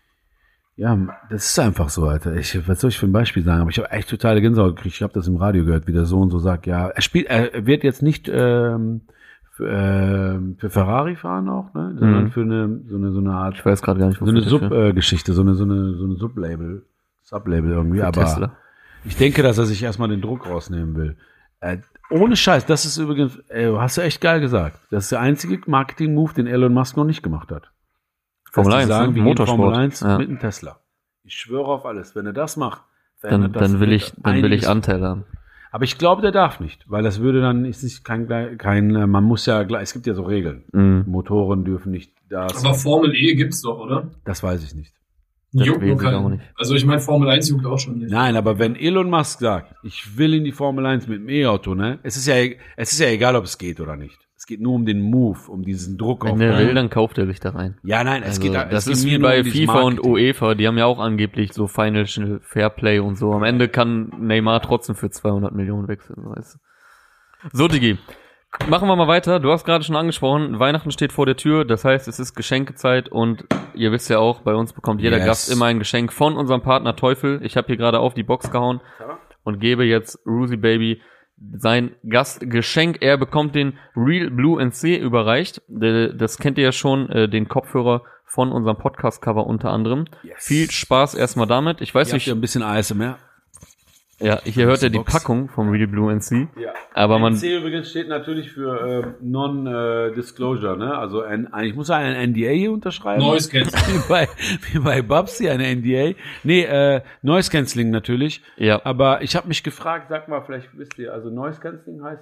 ja, das ist einfach so, Alter. Ich, was soll ich für ein Beispiel sagen? Aber ich habe echt totale Gänsehaut gekriegt. Ich habe das im Radio gehört, wie der Sohn so sagt, ja, er spielt, er wird jetzt nicht ähm, für, ähm, für Ferrari fahren auch, ne, sondern Mhm. für eine so eine so eine Art Ich weiß gerade gar nicht, so eine das für- Sub-Geschichte, so eine so eine so eine Sublabel, Sublabel irgendwie. für Aber Tesla. ich denke, dass er sich erstmal den Druck rausnehmen will. Äh, ohne Scheiß, das ist übrigens, ey, hast du echt geil gesagt. Das ist der einzige Marketing-Move, den Elon Musk noch nicht gemacht hat. Formel Dass die eins, sagen, ne? wir gehen Motorsport. Formel eins Ja. mit einem Tesla. Ich schwöre auf alles. Wenn er das macht, Dann, verändert das dann will ich, dann will einiges. ich Anteil haben. Aber ich glaube, der darf nicht, weil das würde dann, ist nicht kein, kein, äh, man muss ja, gleich- es gibt ja so Regeln. Mhm. Motoren dürfen nicht das. Aber Formel E gibt's doch, oder? Das weiß ich nicht. Das Juckt weiß nur ich auch keinen. nicht. Also ich meine, Formel eins juckt auch schon nicht. Nein, aber wenn Elon Musk sagt, ich will in die Formel eins mit dem E-Auto, ne? Es ist ja, es ist ja egal, ob es geht oder nicht. Es geht nur um den Move, um diesen Druck Wenn auf. er will, dann kauft er sich da rein. Ja, nein, es Also, geht, das es ist geht wie mir nur bei um dieses FIFA und Marketing. UEFA, die haben ja auch angeblich so Financial Fairplay und so. Am Ende kann Neymar trotzdem für zweihundert Millionen wechseln, so weißt du. So, Digi, machen wir mal weiter. Du hast gerade schon angesprochen, Weihnachten steht vor der Tür, das heißt, es ist Geschenkezeit und ihr wisst ja auch, bei uns bekommt jeder Yes. Gast immer ein Geschenk von unserem Partner Teufel. Ich habe hier gerade auf die Box gehauen und gebe jetzt Ruzy Baby sein Gastgeschenk. Er bekommt den Real Blue N C überreicht. D- Das kennt ihr ja schon, äh, den Kopfhörer von unserem Podcast-Cover unter anderem. Yes. Viel Spaß erstmal damit. Ich weiß Hier habt nicht, ihr ein bisschen A S M R. ja, hier hört ihr die Box. Packung vom Real Blue N C. Ja. Aber man, N C übrigens steht natürlich für äh, Non-Disclosure, ne? Also ein, ein, ich muss ein N D A hier unterschreiben. Noise Cancelling. wie bei, wie bei Babsi, eine N D A. Nee, äh, Noise Cancelling natürlich. ja, Aber ich habe mich gefragt, sag mal, vielleicht wisst ihr, also Noise Cancelling heißt,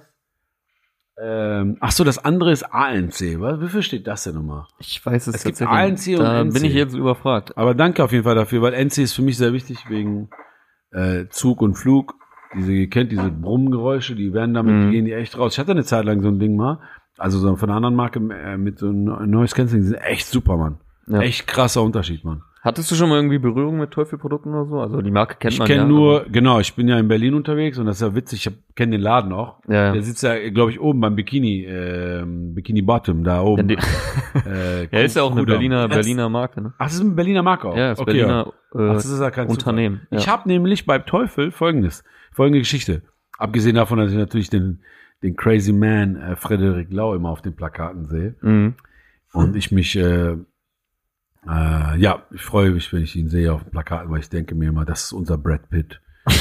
ähm, ach so, das andere ist A N C. Was, wofür steht das denn nochmal? ich weiß es, Es gibt tatsächlich. A N C und da N C. bin ich jetzt überfragt. Aber danke auf jeden Fall dafür, weil N C ist für mich sehr wichtig wegen äh, Zug und Flug. Diese, ihr kennt diese Brummgeräusche, die werden damit, Mhm. die gehen die echt raus. Ich hatte eine Zeit lang so ein Ding mal, also so von einer anderen Marke äh, mit so einem Noise Cancelling, die sind echt super, Mann. Ja. Echt krasser Unterschied, Mann. Hattest du schon mal irgendwie Berührung mit Teufelprodukten oder so? Also die Marke kennt Ich man kenne ja. nur, aber- genau, ich bin ja in Berlin unterwegs und das ist ja witzig, ich kenne den Laden auch. Ja, ja. Der sitzt ja, glaube ich, oben beim Bikini, ähm, Bikini Bottom, da oben. Ja, die- äh, Ja, ist ja auch eine Kudam. Berliner, Das- Berliner Marke, ne? Ach, das ist ein Berliner Marke auch? Ja, ist Okay, Berliner Ach, äh, das ist ja kein Unternehmen. Zufall. Ich ja. habe nämlich bei Teufel folgendes, folgende Geschichte. Abgesehen davon, dass ich natürlich den, den Crazy Man äh, Frederik Lau immer auf den Plakaten sehe. Mhm. Und ich mich, äh, äh, ja, ich freue mich, wenn ich ihn sehe auf dem Plakat, weil ich denke mir immer, das ist unser Brad Pitt.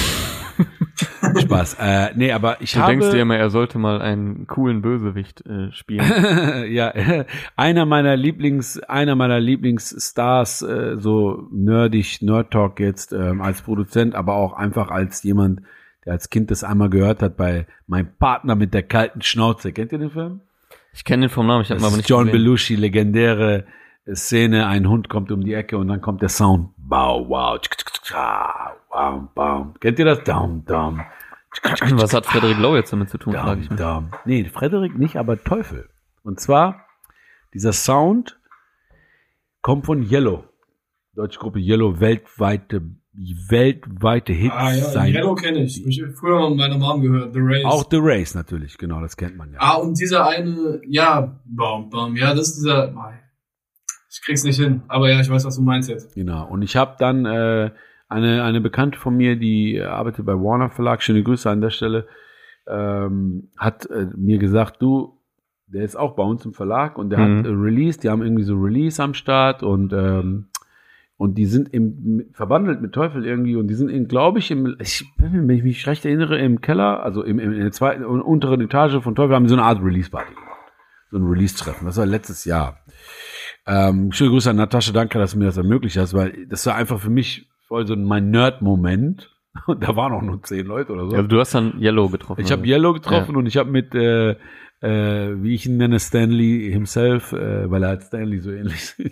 Spaß. Äh, nee, aber ich Du habe... denkst dir immer, er sollte mal einen coolen Bösewicht äh, spielen. ja, einer meiner Lieblings, einer meiner Lieblingsstars, äh, so nerdig, Nerd Talk jetzt, ähm, als Produzent, aber auch einfach als jemand, der als Kind das einmal gehört hat bei Mein Partner mit der kalten Schnauze. Kennt ihr den Film? Ich kenne den vom Namen, ich habe Das ihn aber ist nicht John gesehen. Belushi, legendäre Szene, ein Hund kommt um die Ecke und dann kommt der Sound. Bau, wow, tsk, tsk, tsk, ah, bam, bam. Kennt ihr das? Dam, dam. Was hat Frederik Lau jetzt damit zu tun, frage ich Dam, mich. dam. Nee, Frederik nicht, aber Teufel. Und zwar, dieser Sound kommt von Yellow. Deutsche Gruppe Yellow, weltweite, weltweite Hits. Ah ja, sein. Yellow kenne ich. Hab ich früher mal mit meiner Mom gehört, The Race. Auch The Race natürlich, genau, das kennt man ja. Ah, und dieser eine, ja, Baum, Baum, ja, das ist dieser, ich krieg's nicht hin, aber ja, ich weiß, was du meinst jetzt. Genau. Und ich habe dann äh, eine, eine Bekannte von mir, die arbeitet bei Warner Verlag, schöne Grüße an der Stelle, ähm, hat äh, mir gesagt, du, der ist auch bei uns im Verlag und der Mhm. hat äh, Release, die haben irgendwie so Release am Start und ähm, und die sind im, verbandelt mit Teufel irgendwie und die sind, in, glaube ich, im, ich, wenn ich mich recht erinnere, im Keller, also im, im, in der zweiten, unteren Etage von Teufel, haben die so eine Art Release-Party gemacht. So ein Release-Treffen. Das war letztes Jahr. Ähm, schöne Grüße an Natascha, danke, dass du mir das ermöglicht hast, weil das war einfach für mich voll so mein Nerd-Moment. Und da waren auch nur zehn Leute oder so. Also du hast dann Yellow getroffen. Ich habe oder? Yellow getroffen Ja. und ich habe mit, äh, äh, wie ich ihn nenne, Stanley himself, äh, weil er halt Stanley so ähnlich sieht,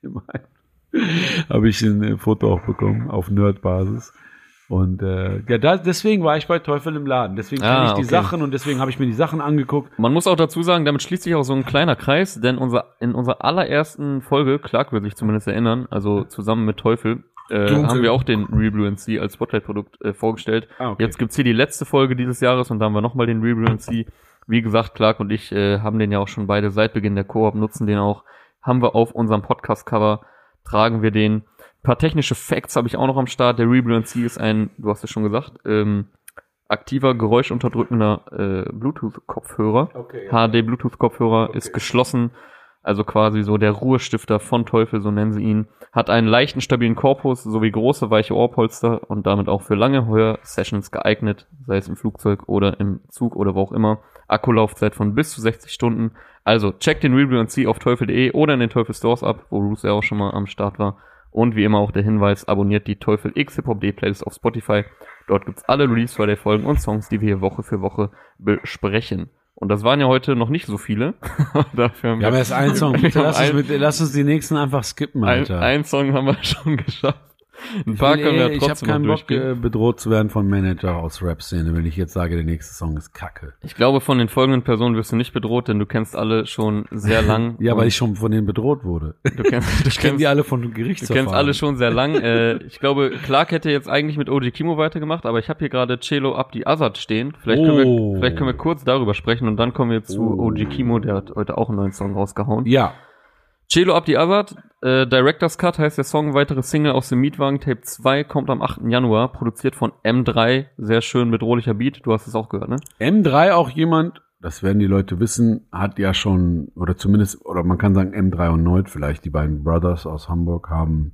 habe ich ein Foto auch bekommen auf Nerd-Basis. Und äh, ja, da, deswegen war ich bei Teufel im Laden. Deswegen kenne Ah, ich die okay. Sachen und deswegen habe ich mir die Sachen angeguckt. Man muss auch dazu sagen, damit schließt sich auch so ein kleiner Kreis, denn unser, in unserer allerersten Folge, Clark wird sich zumindest erinnern, also zusammen mit Teufel, äh, Dunkel. haben wir auch den Real Blue N C als Spotlight-Produkt äh, vorgestellt. Ah, okay. Jetzt gibt's hier die letzte Folge dieses Jahres und da haben wir nochmal den Real Blue N C. Wie gesagt, Clark und ich äh, haben den ja auch schon beide seit Beginn der Koop, nutzen den auch. Haben wir auf unserem Podcast-Cover, tragen wir den. Ein paar technische Facts habe ich auch noch am Start. Der Real Blue N C ist ein, du hast es schon gesagt, ähm, aktiver, geräuschunterdrückender äh, Bluetooth-Kopfhörer. Okay, ja. H D-Bluetooth-Kopfhörer, Okay. ist geschlossen, also quasi so der Ruhestifter von Teufel, so nennen sie ihn. Hat einen leichten, stabilen Korpus sowie große, weiche Ohrpolster und damit auch für lange Hör-Sessions geeignet, sei es im Flugzeug oder im Zug oder wo auch immer. Akkulaufzeit von bis zu sechzig Stunden. Also checkt den Real Blue N C auf teufel punkt de oder in den Teufel Stores ab, wo Bruce ja auch schon mal am Start war. Und wie immer auch der Hinweis, abonniert die Teufel X Hip-Hop-D Playlist auf Spotify. Dort gibt's alle Release Friday Folgen und Songs, die wir hier Woche für Woche besprechen. Und das waren ja heute noch nicht so viele. Dafür haben Wir haben erst einen Song. wir Bitte haben lass uns, ein, mit, lass uns die nächsten einfach skippen, ein, Alter. ein Song haben wir schon geschafft. Ein paar können wir ja ich habe trotzdem noch keinen Bock, durchgehen. äh, bedroht zu werden von Manager aus Rap-Szene, wenn ich jetzt sage, der nächste Song ist Kacke. Ich glaube, von den folgenden Personen wirst du nicht bedroht, denn du kennst alle schon sehr lang. Ja, Und weil ich schon von denen bedroht wurde. Du kennst, du Ich kenne kennst, die alle von du Gerichtsverfahren. kennst alle schon sehr lang. Äh, ich glaube, Clark hätte jetzt eigentlich mit O G Kimo weitergemacht, aber ich habe hier gerade Celo Abdi Azad stehen. Vielleicht können, Oh. wir, vielleicht können wir kurz darüber sprechen und dann kommen wir zu Oh. O G Kimo, der hat heute auch einen neuen Song rausgehauen. Ja. Celo Abdi Azad, äh, Director's Cut heißt der Song, weitere Single aus dem Mietwagen, Tape zwei, kommt am achten Januar, produziert von M drei, sehr schön bedrohlicher Beat, du hast es auch gehört, ne? M drei auch jemand, das werden die Leute wissen, hat ja schon, oder zumindest, oder man kann sagen M drei und Noid vielleicht, die beiden Brothers aus Hamburg haben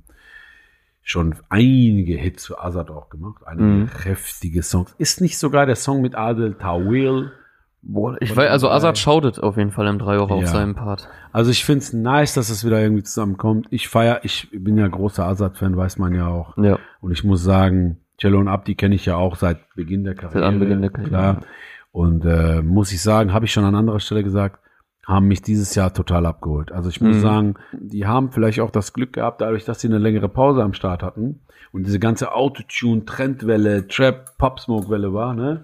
schon einige Hits für Azad auch gemacht, einige Mhm. kräftige Songs. Ist nicht sogar der Song mit Adel Tawil? Boah, ich Von weiß, also M drei. Azad schautet auf jeden Fall M drei auch auf Ja. seinem Part. Also ich find's nice, dass es wieder irgendwie zusammenkommt. Ich feier, ich bin ja großer Azad-Fan, weiß man ja auch. Ja. Und ich muss sagen, Cello und Abdi kenne ich ja auch seit Beginn der Karriere. Seit Anbeginn der Karriere. Klar. Und äh, muss ich sagen, habe ich schon an anderer Stelle gesagt, haben mich dieses Jahr total abgeholt. Also ich muss Mhm. sagen, die haben vielleicht auch das Glück gehabt, dadurch, dass sie eine längere Pause am Start hatten und diese ganze Autotune-Trendwelle, Trap, Pop-Smoke-Welle war, ne?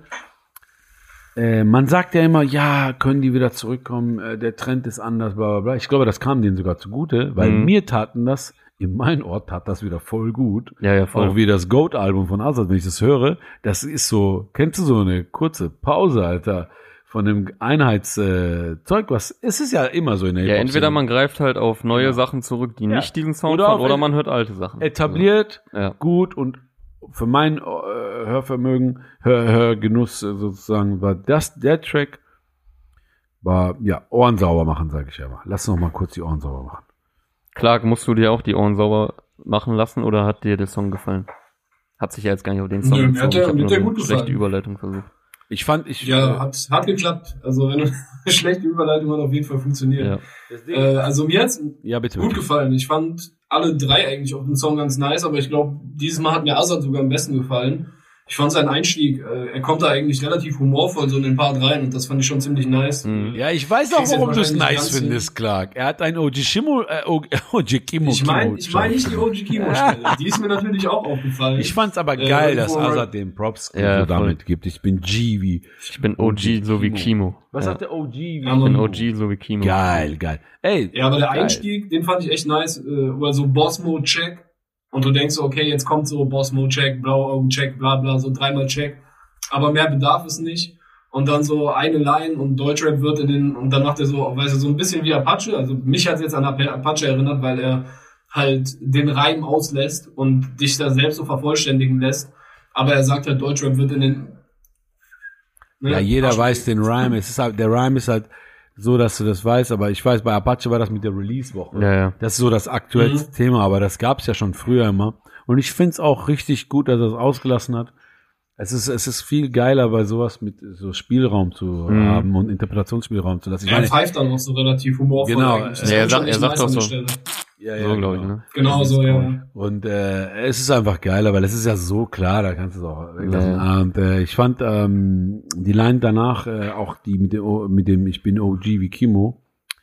Äh, man sagt ja immer, ja, können die wieder zurückkommen, äh, der Trend ist anders, bla bla bla. Ich glaube, das kam denen sogar zugute, weil Mhm. mir taten das, in meinem Ort tat das wieder voll gut. Ja, ja, voll. Auch wie das Goat-Album von Azad, wenn ich das höre, das ist so, kennst du so eine kurze Pause, Alter, von dem Einheitszeug, was, es ist ja immer so in der Ja, Hip-Hop-Szene. entweder man greift halt auf neue Genau. Sachen zurück, die Ja. nicht diesen Sound Oder fahren, auf oder et- man hört alte Sachen. etabliert, Ja. gut und für mein äh, Hörvermögen, Hör, Hörgenuss äh, sozusagen war das, der Track war, ja, Ohren sauber machen, sage ich ja mal. Lass noch mal kurz die Ohren sauber machen. Clark, musst du dir auch die Ohren sauber machen lassen oder hat dir der Song gefallen? Hat sich ja jetzt gar nicht auf den Song Nö, mir bezogen. hat der- Ich hab mir nur hat der eine gut schlechte gefallen. Überleitung versucht. Ich fand, ich, Ja, äh, hat, hat geklappt. Also wenn eine schlechte Überleitung hat auf jeden Fall funktioniert. Ja. das Ding, Äh, also mir hat's ja, bitte, gut bitte. gefallen. Ich fand alle drei eigentlich auf dem Song ganz nice, aber ich glaube, dieses Mal hat mir Azad sogar am besten gefallen. Ich fand seinen Einstieg, äh, er kommt da eigentlich relativ humorvoll so in den Part rein und das fand ich schon ziemlich nice. Mhm. Ja, ich weiß auch, Kriegst jetzt warum du es wahrscheinlich nice ganz findest, Clark. Er hat ein O G Shimo, äh, O G Kimo. Ich meine Kimo- ich mein nicht die O G Kimo-Stelle. Die ist mir natürlich auch aufgefallen. Ich fand's aber Äh, geil, dass irgendwo- Azad den Props Ja, so voll. damit gibt. Ich bin G wie. Ich bin O G so wie Kimo. Was ja. sagt der O G? Wie? Ja, Ich bin Mann. O G so wie Kimo. Geil, geil. Ey, Ja, aber der geil. Einstieg, den fand ich echt nice, äh, oder so Boss-Mode-Check. Und du denkst so, okay, jetzt kommt so Boss-Mode-Check, blaue Augen-Check, bla bla, so dreimal Check. Aber mehr bedarf es nicht. Und dann so eine Line und Deutschrap wird in den, und dann macht er so, weißt du, so ein bisschen wie Apache. Also mich hat's jetzt an Apache erinnert, weil er halt den Reim auslässt und dich da selbst so vervollständigen lässt. Aber er sagt halt, Deutschrap wird in den... Ne? Ja, jeder Apache- weiß den Rhyme. Es ist halt, der Rhyme ist halt so, dass du das weißt, aber ich weiß, bei Apache war das mit der Release-Woche. Ja, ja. Das ist so das aktuellste Mhm. Thema, aber das gab's ja schon früher immer. Und ich find's auch richtig gut, dass er es ausgelassen hat. Es ist, es ist viel geiler, bei sowas mit so Spielraum zu Mhm. haben und Interpretationsspielraum zu lassen. Ich Er meine, pfeift dann auch so relativ humorvoll. Genau. eigentlich. Das Ja, er kommt sagt- schon er echt sagt nice auch an die so. Stelle. ja, So, glaube ich, ne? Genau so, ja. Und äh, es ist einfach geiler, weil es ist ja so klar, da kannst du es auch weglassen. Ja. Und äh, ich fand ähm, die Line danach, äh, auch die mit dem, O- mit dem Ich bin O G wie Kimo,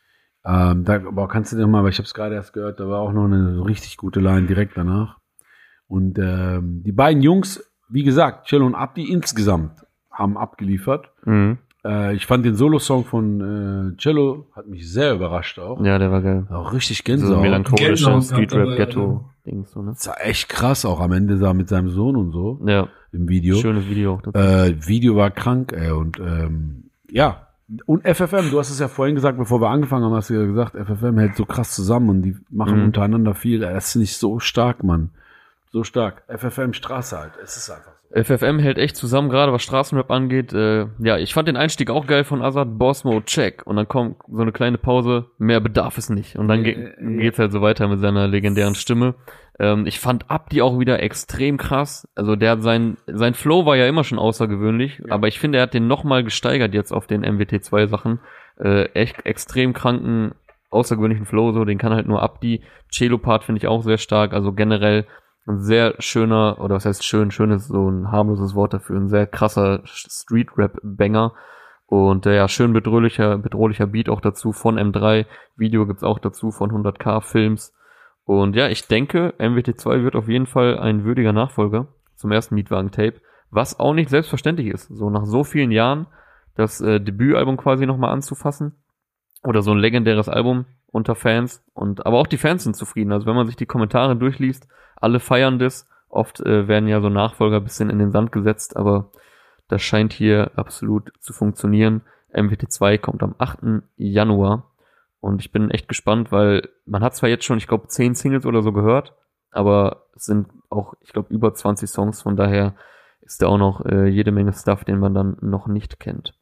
ähm, da aber kannst du dir mal, weil ich habe es gerade erst gehört, da war auch noch eine so richtig gute Line direkt danach. Und ähm, die beiden Jungs, wie gesagt, Cello und Abdi insgesamt haben abgeliefert. Mhm. Äh, ich fand den Solo-Song von äh, Cello, hat mich sehr überrascht auch. Ja, der war geil. Auch richtig So Gänsehaut. melancholische Gänsehaut Street gehabt Rap dabei, Ghetto Dings so, ne? Das war echt krass auch am Ende da mit seinem Sohn und so Ja, im Video. schönes Video auch dazu. Äh, Video war krank, ey, und ähm, ja. Und F F M, du hast es ja vorhin gesagt, bevor wir angefangen haben, hast du ja gesagt, F F M hält so krass zusammen und die machen Mhm. untereinander viel. Das ist nicht so stark, Mann. So stark. F F M Straße halt. Es ist einfach so. F F M hält echt zusammen, gerade was Straßenrap angeht. Äh, ja, ich fand den Einstieg auch geil von Azad, Boss Mode, check. Und dann kommt so eine kleine Pause, mehr bedarf es nicht. Und dann ge Äh, äh, geht's halt so weiter mit seiner legendären Stimme. Ähm, ich fand Abdi auch wieder extrem krass. Also der hat sein, sein Flow war ja immer schon außergewöhnlich, Ja. aber ich finde, er hat den nochmal gesteigert jetzt auf den M W T zwei Sachen. Äh, echt extrem kranken, außergewöhnlichen Flow, so, den kann halt nur Abdi. Cello-Part finde ich auch sehr stark, also generell ein sehr schöner, oder was heißt schön, schön ist so ein harmloses Wort dafür, ein sehr krasser Street-Rap-Banger und äh, ja, schön bedrohlicher, bedrohlicher Beat auch dazu von M drei, Video gibt's auch dazu von hundert K Films und ja, ich denke, M W T zwei wird auf jeden Fall ein würdiger Nachfolger zum ersten Mietwagen-Tape, was auch nicht selbstverständlich ist, so nach so vielen Jahren das äh, Debütalbum quasi nochmal anzufassen oder so ein legendäres Album unter Fans und aber auch die Fans sind zufrieden, also wenn man sich die Kommentare durchliest, alle feiern das. Oft äh, werden ja so Nachfolger ein bisschen in den Sand gesetzt, aber das scheint hier absolut zu funktionieren. M W T zwei kommt am achten Januar und ich bin echt gespannt, weil man hat zwar jetzt schon, ich glaube, zehn Singles oder so gehört, aber es sind auch, ich glaube, über zwanzig Songs, von daher ist da auch noch äh, jede Menge Stuff, den man dann noch nicht kennt.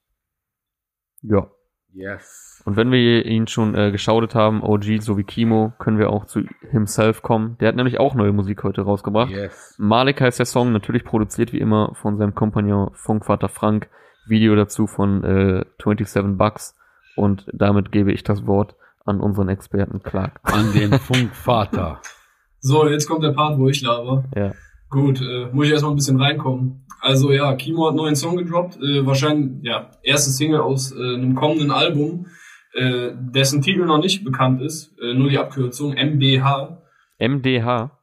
Ja. Yes. Und wenn wir ihn schon äh, geschaudet haben, O G sowie Kimo, können wir auch zu Himself kommen. Der hat nämlich auch neue Musik heute rausgebracht. Yes. Malik heißt der Song, natürlich produziert wie immer von seinem Kompagnon Funkvater Frank. Video dazu von äh, siebenundzwanzig Bucks. Und damit gebe ich das Wort an unseren Experten Clark. An den Funkvater. So, jetzt kommt der Part, wo ich laber. Ja. Gut, äh, muss ich erstmal ein bisschen reinkommen. Also ja, Kimo hat einen neuen Song gedroppt, äh, wahrscheinlich, ja, erste Single aus äh, einem kommenden Album, äh, dessen Titel noch nicht bekannt ist, äh, nur die Abkürzung, M B H. M D H.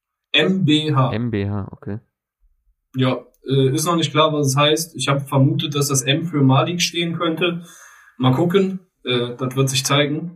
M B H. M B H, okay. Ja, äh, ist noch nicht klar, was es heißt. Ich habe vermutet, dass das M für Malik stehen könnte. Mal gucken, äh, das wird sich zeigen.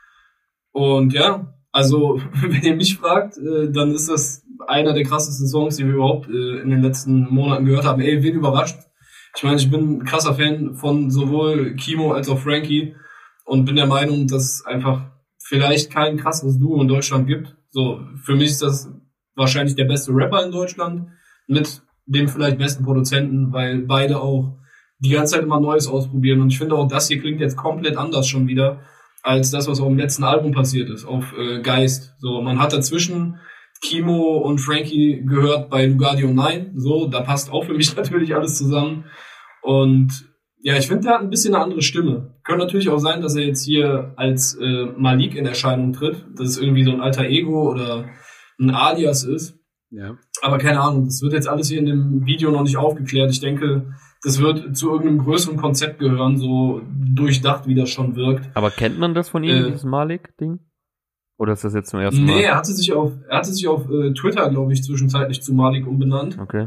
Und ja, also wenn ihr mich fragt, äh, dann ist das einer der krassesten Songs, die wir überhaupt äh, in den letzten Monaten gehört haben. Ey, wen überrascht? Ich meine, ich bin ein krasser Fan von sowohl Kimo als auch Frankie und bin der Meinung, dass es einfach vielleicht kein krasses Duo in Deutschland gibt. So, für mich ist das wahrscheinlich der beste Rapper in Deutschland mit dem vielleicht besten Produzenten, weil beide auch die ganze Zeit immer Neues ausprobieren. Und ich finde auch, das hier klingt jetzt komplett anders schon wieder, als das, was auf dem letzten Album passiert ist, auf äh, Geist. So, man hat dazwischen Kimo und Frankie gehört bei Lugardio neun. So, da passt auch für mich natürlich alles zusammen. Und ja, ich finde, der hat ein bisschen eine andere Stimme. Könnte natürlich auch sein, dass er jetzt hier als äh, Malik in Erscheinung tritt, dass es irgendwie so ein alter Ego oder ein Alias ist. Ja. Aber keine Ahnung, das wird jetzt alles hier in dem Video noch nicht aufgeklärt. Ich denke, das wird zu irgendeinem größeren Konzept gehören, so durchdacht, wie das schon wirkt. Aber kennt man das von ihm, Äh, dieses Malik-Ding? Oder ist das jetzt zum ersten Mal? Nee, er hatte sich auf, er hatte sich auf äh, Twitter, glaube ich, zwischenzeitlich zu Malik umbenannt. Okay.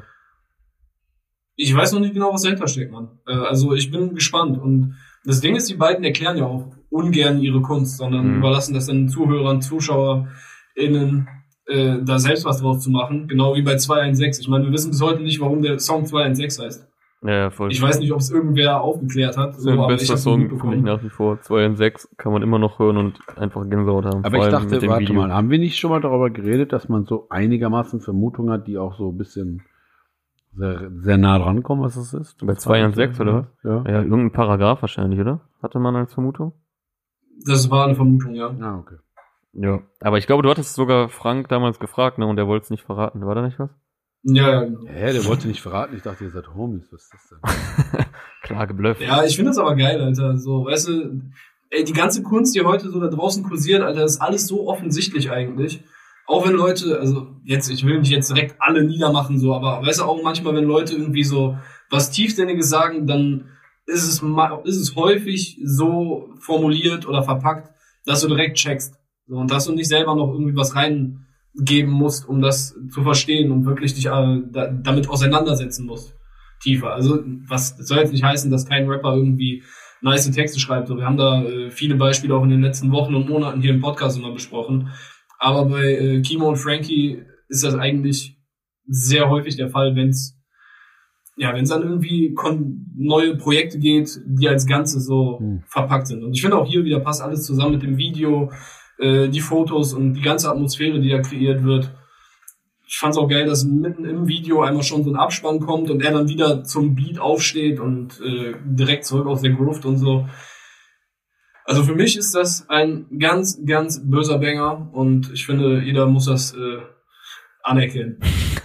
Ich weiß noch nicht genau, was dahinter steckt, Mann. Äh, also ich bin gespannt. Und das Ding ist, die beiden erklären ja auch ungern ihre Kunst, sondern Mhm. überlassen das dann Zuhörern, ZuschauerInnen, äh, da selbst was draus zu machen. Genau wie bei zwei eins sechs. Ich meine, wir wissen bis heute nicht, warum der Song zwei eins sechs heißt. Ja, ja, voll. Ich weiß nicht, ob es irgendwer aufgeklärt hat. Das ist ein aber ich bester hab's Song nicht für mich mitbekommen. nach wie vor. zwei und sechs kann man immer noch hören und einfach Gänsehaut haben. Aber Vor ich allem dachte, mit dem warte Video. mal, haben wir nicht schon mal darüber geredet, dass man so einigermaßen Vermutungen hat, die auch so ein bisschen sehr, sehr nah dran kommen, was das ist? Bei zwei und sechs, oder was? Ja. Ja, irgendein Paragraph wahrscheinlich, oder? Hatte man als Vermutung? Das war eine Vermutung, ja. Ah, okay. Ja. Aber ich glaube, du hattest sogar Frank damals gefragt, ne? Und der wollte es nicht verraten. War da nicht was? Ja, ja, genau. Hä, der wollte nicht verraten. Ich dachte, ihr seid Homies. Was ist das denn? Klar geblufft. Ja, ich finde das aber geil, Alter. So, weißt du, ey, die ganze Kunst, die heute so da draußen kursiert, Alter, ist alles so offensichtlich eigentlich. Auch wenn Leute, also jetzt, ich will nicht jetzt direkt alle niedermachen, so, aber weißt du, auch manchmal, wenn Leute irgendwie so was Tiefsinniges sagen, dann ist es, ma- ist es häufig so formuliert oder verpackt, dass du direkt checkst. So, und dass du nicht selber noch irgendwie was reingeben musst, um das zu verstehen und wirklich dich äh, da, damit auseinandersetzen musst. Tiefer. Also, was, das soll jetzt nicht heißen, dass kein Rapper irgendwie nice Texte schreibt. So, wir haben da äh, viele Beispiele auch in den letzten Wochen und Monaten hier im Podcast immer besprochen. Aber bei äh, Kimo und Frankie ist das eigentlich sehr häufig der Fall, wenn es ja, wenn es dann irgendwie kon- neue Projekte geht, die als Ganze so Hm. verpackt sind. Und ich finde auch hier wieder passt alles zusammen mit dem Video, äh, die Fotos und die ganze Atmosphäre, die da kreiert wird. Ich fand's auch geil, dass mitten im Video einmal schon so ein Abspann kommt und er dann wieder zum Beat aufsteht und äh, direkt zurück aus der Groove und so. Also für mich ist das ein ganz, ganz böser Banger und ich finde, jeder muss das äh, anerkennen.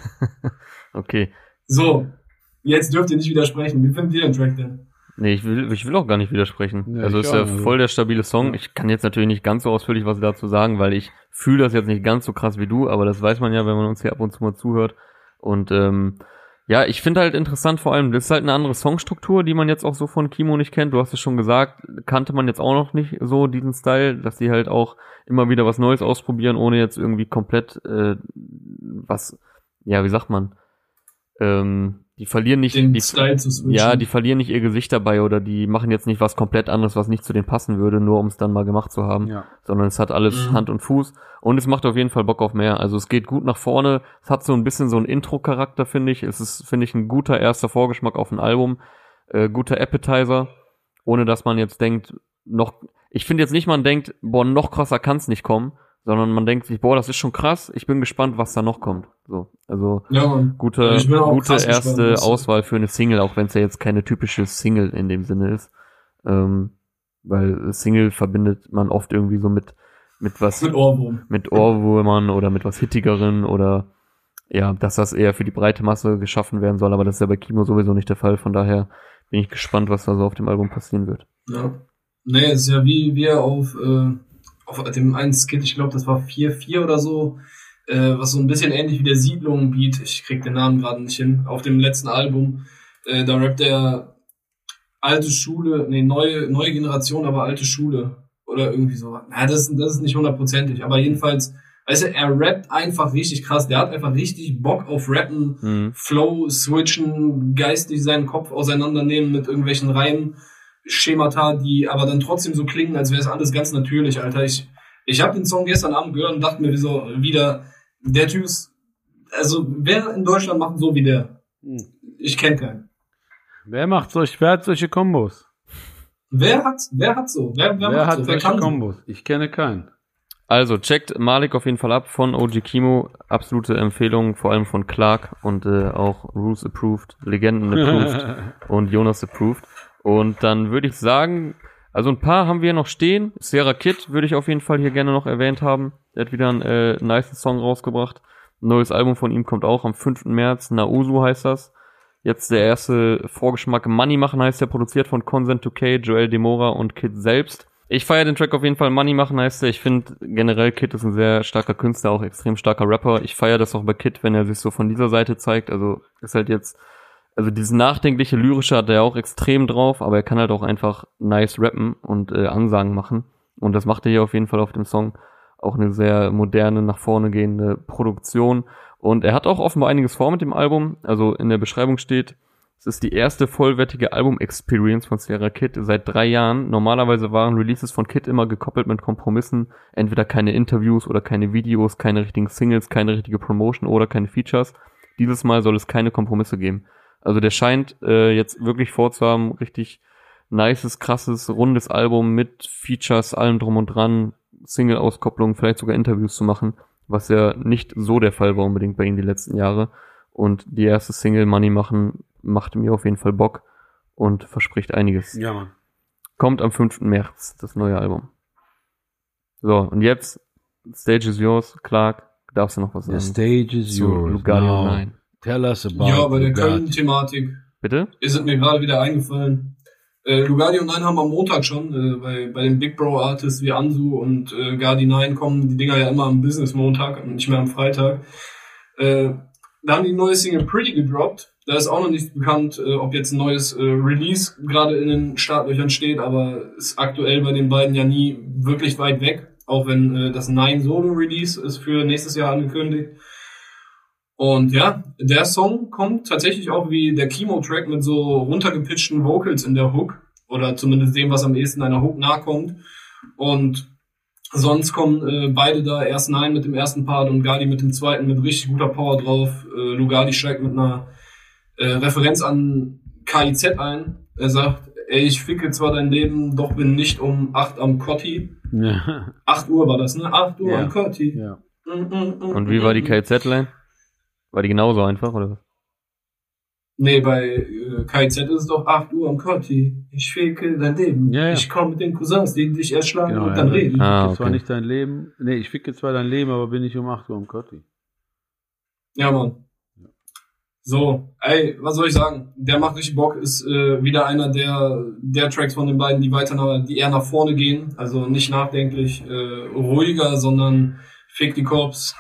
Okay. So, jetzt dürft ihr nicht widersprechen. Wie findet ihr den Track denn? Nee, ich will, ich will auch gar nicht widersprechen. Ja, also ich ist ja auch nicht. voll der stabile Song. Ich kann jetzt natürlich nicht ganz so ausführlich was dazu sagen, weil ich fühle das jetzt nicht ganz so krass wie du, aber das weiß man ja, wenn man uns hier ab und zu mal zuhört. Und ähm, ja, ich finde halt interessant vor allem, das ist halt eine andere Songstruktur, die man jetzt auch so von Kimo nicht kennt. Du hast es schon gesagt, kannte man jetzt auch noch nicht so diesen Style, dass die halt auch immer wieder was Neues ausprobieren, ohne jetzt irgendwie komplett äh, was, ja, wie sagt man, ähm, die verlieren nicht Den die, Style zu switchen. ja, die verlieren nicht ihr Gesicht dabei oder die machen jetzt nicht was komplett anderes, was nicht zu denen passen würde, nur um es dann mal gemacht zu haben, Ja. sondern es hat alles Mhm. Hand und Fuß und es macht auf jeden Fall Bock auf mehr. Also es geht gut nach vorne, es hat so ein bisschen so einen Intro-Charakter, finde ich. Es ist, finde ich, ein guter erster Vorgeschmack auf ein Album, äh, guter Appetizer, ohne dass man jetzt denkt, noch, ich finde jetzt nicht, man denkt, boah, noch krasser kann's nicht kommen, sondern man denkt sich, boah, das ist schon krass, ich bin gespannt, was da noch kommt. So, also Ja, Mann. gute, Ich bin auch gute krass erste gespannt, was- Auswahl für eine Single, auch wenn es ja jetzt keine typische Single in dem Sinne ist. Ähm, weil Single verbindet man oft irgendwie so mit, mit was, Mit Ohrwurm. mit Ohrwürmern oder mit was Hittigeren oder ja, dass das eher für die breite Masse geschaffen werden soll, aber das ist ja bei Kimo sowieso nicht der Fall, von daher bin ich gespannt, was da so auf dem Album passieren wird. Ja. Nee, es ist ja wie wir auf, äh, auf dem einen Skit, ich glaube, das war vier vier oder so, äh, was so ein bisschen ähnlich wie der Siedlungen-Beat, ich krieg den Namen gerade nicht hin, auf dem letzten Album, äh, da rappt der alte Schule, nee, neue, neue Generation, aber alte Schule oder irgendwie so. Na, das, das ist nicht hundertprozentig, aber jedenfalls, weißt du, er rappt einfach richtig krass, der hat einfach richtig Bock auf Rappen, Mhm. Flow switchen, geistig seinen Kopf auseinandernehmen mit irgendwelchen Reimen, Schemata, die aber dann trotzdem so klingen, als wäre es alles ganz natürlich, Alter. Ich, ich habe den Song gestern Abend gehört und dachte mir so wieder, der Typ ist, also wer in Deutschland macht so wie der? Hm. Ich kenne keinen. Wer macht solch, wer hat solche Kombos? Wer hat, wer hat so? Wer, wer, Wer, macht hat so? Wer solche kann so? Kombos? Ich kenne keinen. Also checkt Malik auf jeden Fall ab von O G Kimo, absolute Empfehlung, vor allem von Clark und äh, auch Rules approved, Legenden approved und Jonas approved. Und dann würde ich sagen, also ein paar haben wir noch stehen. Sierra Kid würde ich auf jeden Fall hier gerne noch erwähnt haben. Der hat wieder einen äh, nice Song rausgebracht. Ein neues Album von ihm kommt auch am fünften März. Nausu heißt das. Jetzt der erste Vorgeschmack. Money machen heißt der, produziert von Consent two K, Joel Demora und Kid selbst. Ich feiere den Track auf jeden Fall. Money machen heißt der. Ich finde generell Kid ist ein sehr starker Künstler, auch extrem starker Rapper. Ich feiere das auch bei Kid, wenn er sich so von dieser Seite zeigt. Also ist halt jetzt, also dieses nachdenkliche, lyrische hat er auch extrem drauf, aber er kann halt auch einfach nice rappen und äh, Ansagen machen. Und das macht er hier auf jeden Fall auf dem Song. Auch eine sehr moderne, nach vorne gehende Produktion. Und er hat auch offenbar einiges vor mit dem Album. Also in der Beschreibung steht, es ist die erste vollwertige Album-Experience von Sierra Kid seit drei Jahren. Normalerweise waren Releases von Kid immer gekoppelt mit Kompromissen. Entweder keine Interviews oder keine Videos, keine richtigen Singles, keine richtige Promotion oder keine Features. Dieses Mal soll es keine Kompromisse geben. Also der scheint äh, jetzt wirklich vorzuhaben, richtig nices, krasses, rundes Album mit Features, allem drum und dran, Single-Auskopplung, vielleicht sogar Interviews zu machen, was ja nicht so der Fall war unbedingt bei ihm die letzten Jahre. Und die erste Single Money machen macht mir auf jeden Fall Bock und verspricht einiges. Ja, Mann. Kommt am fünften März, das neue Album. So, und jetzt, Stage is yours, Clark, darfst du noch was sagen? The stage is Zu yours. Lugardio Now, neun. tell us about Ja, bei der Lugardio. Köln-Thematik Bitte? ist es mir gerade wieder eingefallen. Äh, Lugardio neun haben am Montag schon, äh, bei, bei den Big Bro Artists wie Ansu und äh, Gardi neun kommen die Dinger ja immer am Business-Montag und nicht mehr am Freitag. Äh, da haben die neue Single Pretty gedroppt. Da ist auch noch nicht bekannt, äh, ob jetzt ein neues äh, Release gerade in den Startlöchern steht, aber ist aktuell bei den beiden ja nie wirklich weit weg, auch wenn äh, das Nine Solo Release ist für nächstes Jahr angekündigt. Und ja, der Song kommt tatsächlich auch wie der Chemo-Track mit so runtergepitchten Vocals in der Hook, oder zumindest dem, was am ehesten einer Hook nahe kommt. Und sonst kommen äh, beide da, erst Nine mit dem ersten Part und Gardi mit dem zweiten mit richtig guter Power drauf. Äh, Lugardi steigt mit einer äh, Referenz an K I Z ein. Er sagt, ey, ich ficke zwar dein Leben, doch bin nicht um acht am Kotti. Ja. acht Uhr war das, ne? acht Uhr Ja. am Kotti. Ja. Mm, mm, mm, Und wie war die mm. K I Z-Line? War die genauso einfach, oder was? Nee, bei äh, K I Z ist es doch acht Uhr am Kotti. Ich ficke dein Leben. Ja, ja. Ich komme mit den Cousins, die dich erschlagen Genau, und dann ja. reden. Ich Ah, ficke okay. zwar nicht dein Leben, nee, ich ficke zwar dein Leben, aber bin nicht um acht Uhr am Kotti. Ja, Mann. So, ey, was soll ich sagen? Der macht richtig Bock, ist äh, wieder einer der der Tracks von den beiden, die weiter nach, die eher nach vorne gehen. Also nicht nachdenklich, äh, ruhiger, sondern Fick die Cops,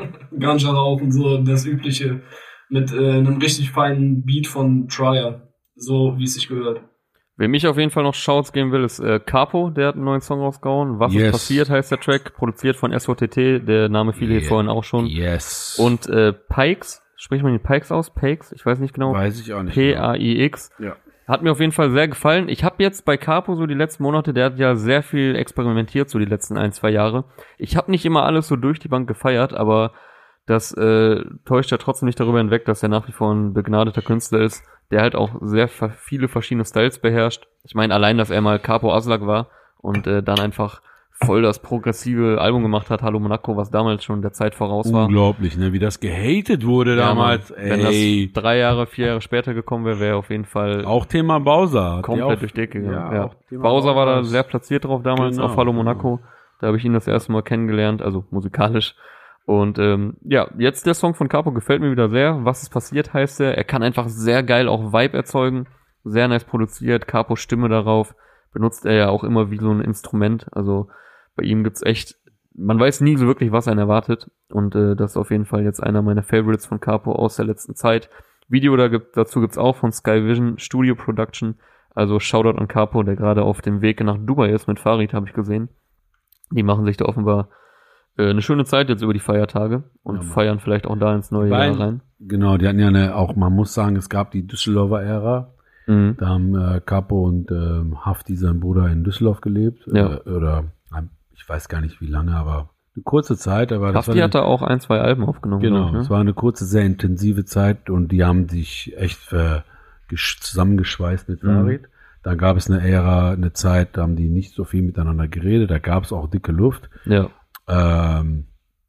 Ganja rauchen und so, das Übliche. Mit äh, einem richtig feinen Beat von Trier. So, wie es sich gehört. Wem ich auf jeden Fall noch Shouts geben will, ist äh, Capo, der hat einen neuen Song rausgehauen. Was Yes. ist passiert, heißt der Track, produziert von S O T T, der Name fiel hier Yeah. vorhin auch schon. Yes. Und äh, Pikes, spricht man den Pikes aus? Pikes? Ich weiß nicht genau. weiß ich auch nicht. P A I X. Ja. Hat mir auf jeden Fall sehr gefallen. Ich habe jetzt bei Capo so die letzten Monate, der hat ja sehr viel experimentiert, so die letzten ein, zwei Jahre. Ich habe nicht immer alles so durch die Bank gefeiert, aber das äh, täuscht ja trotzdem nicht darüber hinweg, dass er nach wie vor ein begnadeter Künstler ist, der halt auch sehr fa- viele verschiedene Styles beherrscht. Ich meine, allein, dass er mal Capo Aslak war und äh, dann einfach voll das progressive Album gemacht hat, Hallo Monaco, was damals schon der Zeit voraus war. Unglaublich, ne, wie das gehatet wurde Ja, damals. Mann. Wenn Ey. das drei Jahre, vier Jahre später gekommen wäre, wäre auf jeden Fall Auch Thema Bowser. Hat komplett die auch- durch die Decke gegangen. Ja, Ja, auch Thema Bowser war da Bowser. sehr platziert drauf damals, Genau, auf Hallo genau. Monaco. Da habe ich ihn das erste Mal kennengelernt, also musikalisch. Und ähm, ja, jetzt der Song von Capo gefällt mir wieder sehr. Was ist passiert, heißt er. Er kann einfach sehr geil auch Vibe erzeugen. Sehr nice produziert. Capo Stimme darauf. Benutzt er ja auch immer wie so ein Instrument. Also bei ihm gibt's echt, man weiß nie so wirklich, was einen erwartet. Und äh, das ist auf jeden Fall jetzt einer meiner Favorites von Capo aus der letzten Zeit. Video da gibt, dazu gibt's auch von Sky Vision Studio Production. Also Shoutout an Capo, der gerade auf dem Weg nach Dubai ist mit Farid, habe ich gesehen. Die machen sich da offenbar äh, eine schöne Zeit jetzt über die Feiertage und Ja, Mann. feiern vielleicht auch da ins neue Beiden- Jahr rein. Genau, die hatten ja eine, auch, man muss sagen, es gab die Düsseldorfer Ära. Mhm. Da haben äh, Capo und ähm, Hafti, sein Bruder, in Düsseldorf gelebt. Ja. Äh, oder äh, ich weiß gar nicht wie lange, aber eine kurze Zeit. Aber das Hafti war hat da auch ein, zwei Alben aufgenommen. Genau, glaub ich, es ne? war eine kurze, sehr intensive Zeit und die haben sich echt äh, gesch- zusammengeschweißt mit Mhm. Farid. Dann gab es eine Ära, eine Zeit, da haben die nicht so viel miteinander geredet, da gab es auch dicke Luft. Ja. Ähm,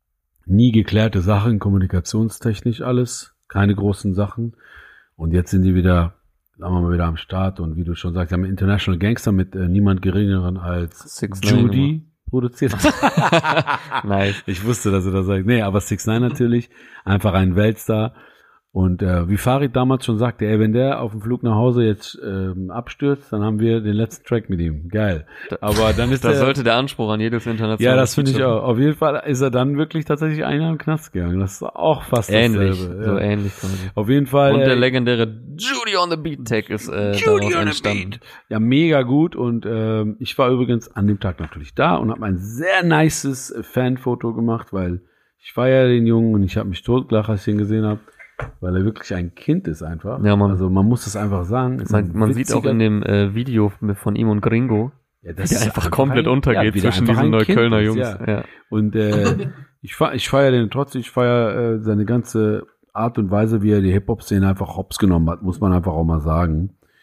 nie geklärte Sachen, kommunikationstechnisch alles, keine großen Sachen. Und jetzt sind die wieder, sagen wir mal, wieder am Start und wie du schon sagst, haben einen International Gangster mit äh, niemand geringeren als Six Nine Judy produziert. Nice. Ich wusste, dass du das sagst. Nee, aber Six Nine natürlich, einfach ein Weltstar. Und äh, wie Farid damals schon sagte, ey, wenn der auf dem Flug nach Hause jetzt ähm, abstürzt, dann haben wir den letzten Track mit ihm. Geil. Aber dann ist Das der, sollte der Anspruch an jedes internationale ja, das finde ich Feature auch. Auf jeden Fall ist er dann wirklich tatsächlich einer im Knast gegangen. Das ist auch fast ähnlich, dasselbe. so Ja. ähnlich quasi. Auf jeden Fall. Und der äh, legendäre Judy on the Beat Tag ist äh, Judy daraus on the entstanden. Beat. Ja, mega gut. Und ähm, ich war übrigens an dem Tag natürlich da und habe ein sehr nices Fanfoto gemacht, weil ich feiere den Jungen und ich habe mich totgelacht, als ich ihn gesehen habe, weil er wirklich ein Kind ist einfach. Ja, Mann. Also man muss das einfach sagen. Ist Man, ein man sieht auch witziger- in dem äh, Video mit- von ihm und Gringo, ja, wie das der ist einfach komplett ein- untergeht ja, wie der zwischen einfach diesen ein Kind Neuköllner ist, Jungs. ja. Ja. Und äh, ich, fe- ich feiere den trotzdem, ich feiere äh, seine ganze Art und Weise, wie er die Hip-Hop-Szene einfach hops genommen hat, muss man einfach auch mal sagen.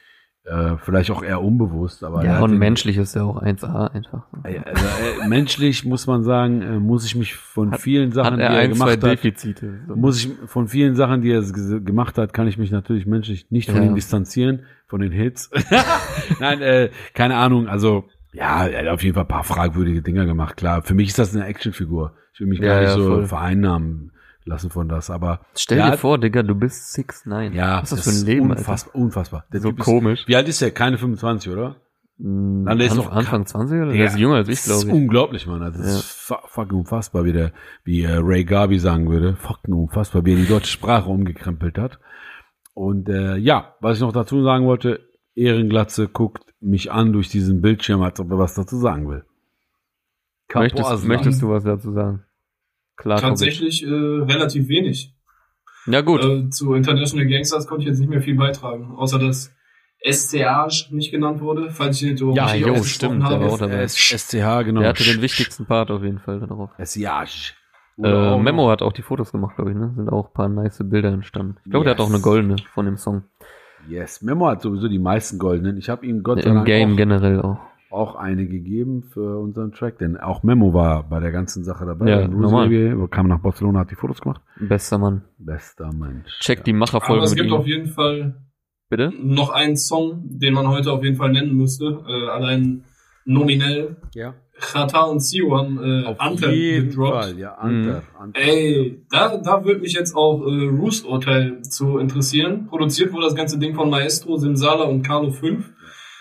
Äh, vielleicht auch eher unbewusst, aber ja, und den, menschlich ist er auch eins A einfach. Also, äh, menschlich muss man sagen, äh, muss ich mich von hat, vielen Sachen, hat er die er ein, gemacht zwei hat, Defizite. So. muss ich von vielen Sachen, die er g- gemacht hat, kann ich mich natürlich menschlich nicht von Ja. ihm distanzieren, von den Hits. Nein, äh, keine Ahnung, also ja, er hat auf jeden Fall ein paar fragwürdige Dinger gemacht, klar. Für mich ist das eine Actionfigur. Ich will mich Ja, gar nicht ja, so voll. vereinnahmen lassen von das, aber Stell ja, dir vor, Digga, du bist six nine. ja, Was ist das für ein Leben, unfassbar, unfassbar. Der So Typ ist, komisch. wie alt ist der? Keine fünfundzwanzig, oder? Hm, Dann ist Anf- noch- Anfang zwanzig oder? Ja, Der ist jünger als ich, das glaube ist ich. unglaublich, Mann. Das ist fu- fucking unfassbar, wie der, wie äh, Ray Garvey sagen würde. Fucking unfassbar, wie er die deutsche Sprache umgekrempelt hat. Und äh, ja, was ich noch dazu sagen wollte, Ehrenglatze guckt mich an durch diesen Bildschirm, als ob er was dazu sagen will. Möchtest, Aslan. möchtest du was dazu sagen? Klar. Tatsächlich äh, relativ wenig. Ja, gut. Äh, zu International Gangsters konnte ich jetzt nicht mehr viel beitragen, außer dass S C A nicht genannt wurde, falls ich nicht so Ja, richtig jo, ausgesprochen stimmt, der habe. war auch dabei. S C H, genau. Der hatte den wichtigsten Part auf jeden Fall darauf. S C H. Äh, Memo hat auch die Fotos gemacht, glaube ich, ne? Sind auch ein paar nice Bilder entstanden. Ich glaube, der hat Yes. auch eine goldene von dem Song. Yes, Memo hat sowieso die meisten goldenen. Ich habe ihm Gott sei Im Dank Game auch, generell auch. auch eine gegeben für unseren Track, denn auch Memo war bei der ganzen Sache dabei. Ja, Bruce normal. Baby kam nach Barcelona, hat die Fotos gemacht. Bester Mann. Bester Mensch. Check ja. die Aber Macherfolge es mit gibt ihm. auf jeden Fall Bitte? noch einen Song, den man heute auf jeden Fall nennen müsste. Äh, allein nominell. Ja. Chata und Sio haben äh, Auf Anthem jeden gedroppt. Fall, ja, Anter. Anter. Ey, da, da würde mich jetzt auch äh, Roos Urteil zu interessieren. Produziert wurde das ganze Ding von Maestro, Simsala und Carlo fünf.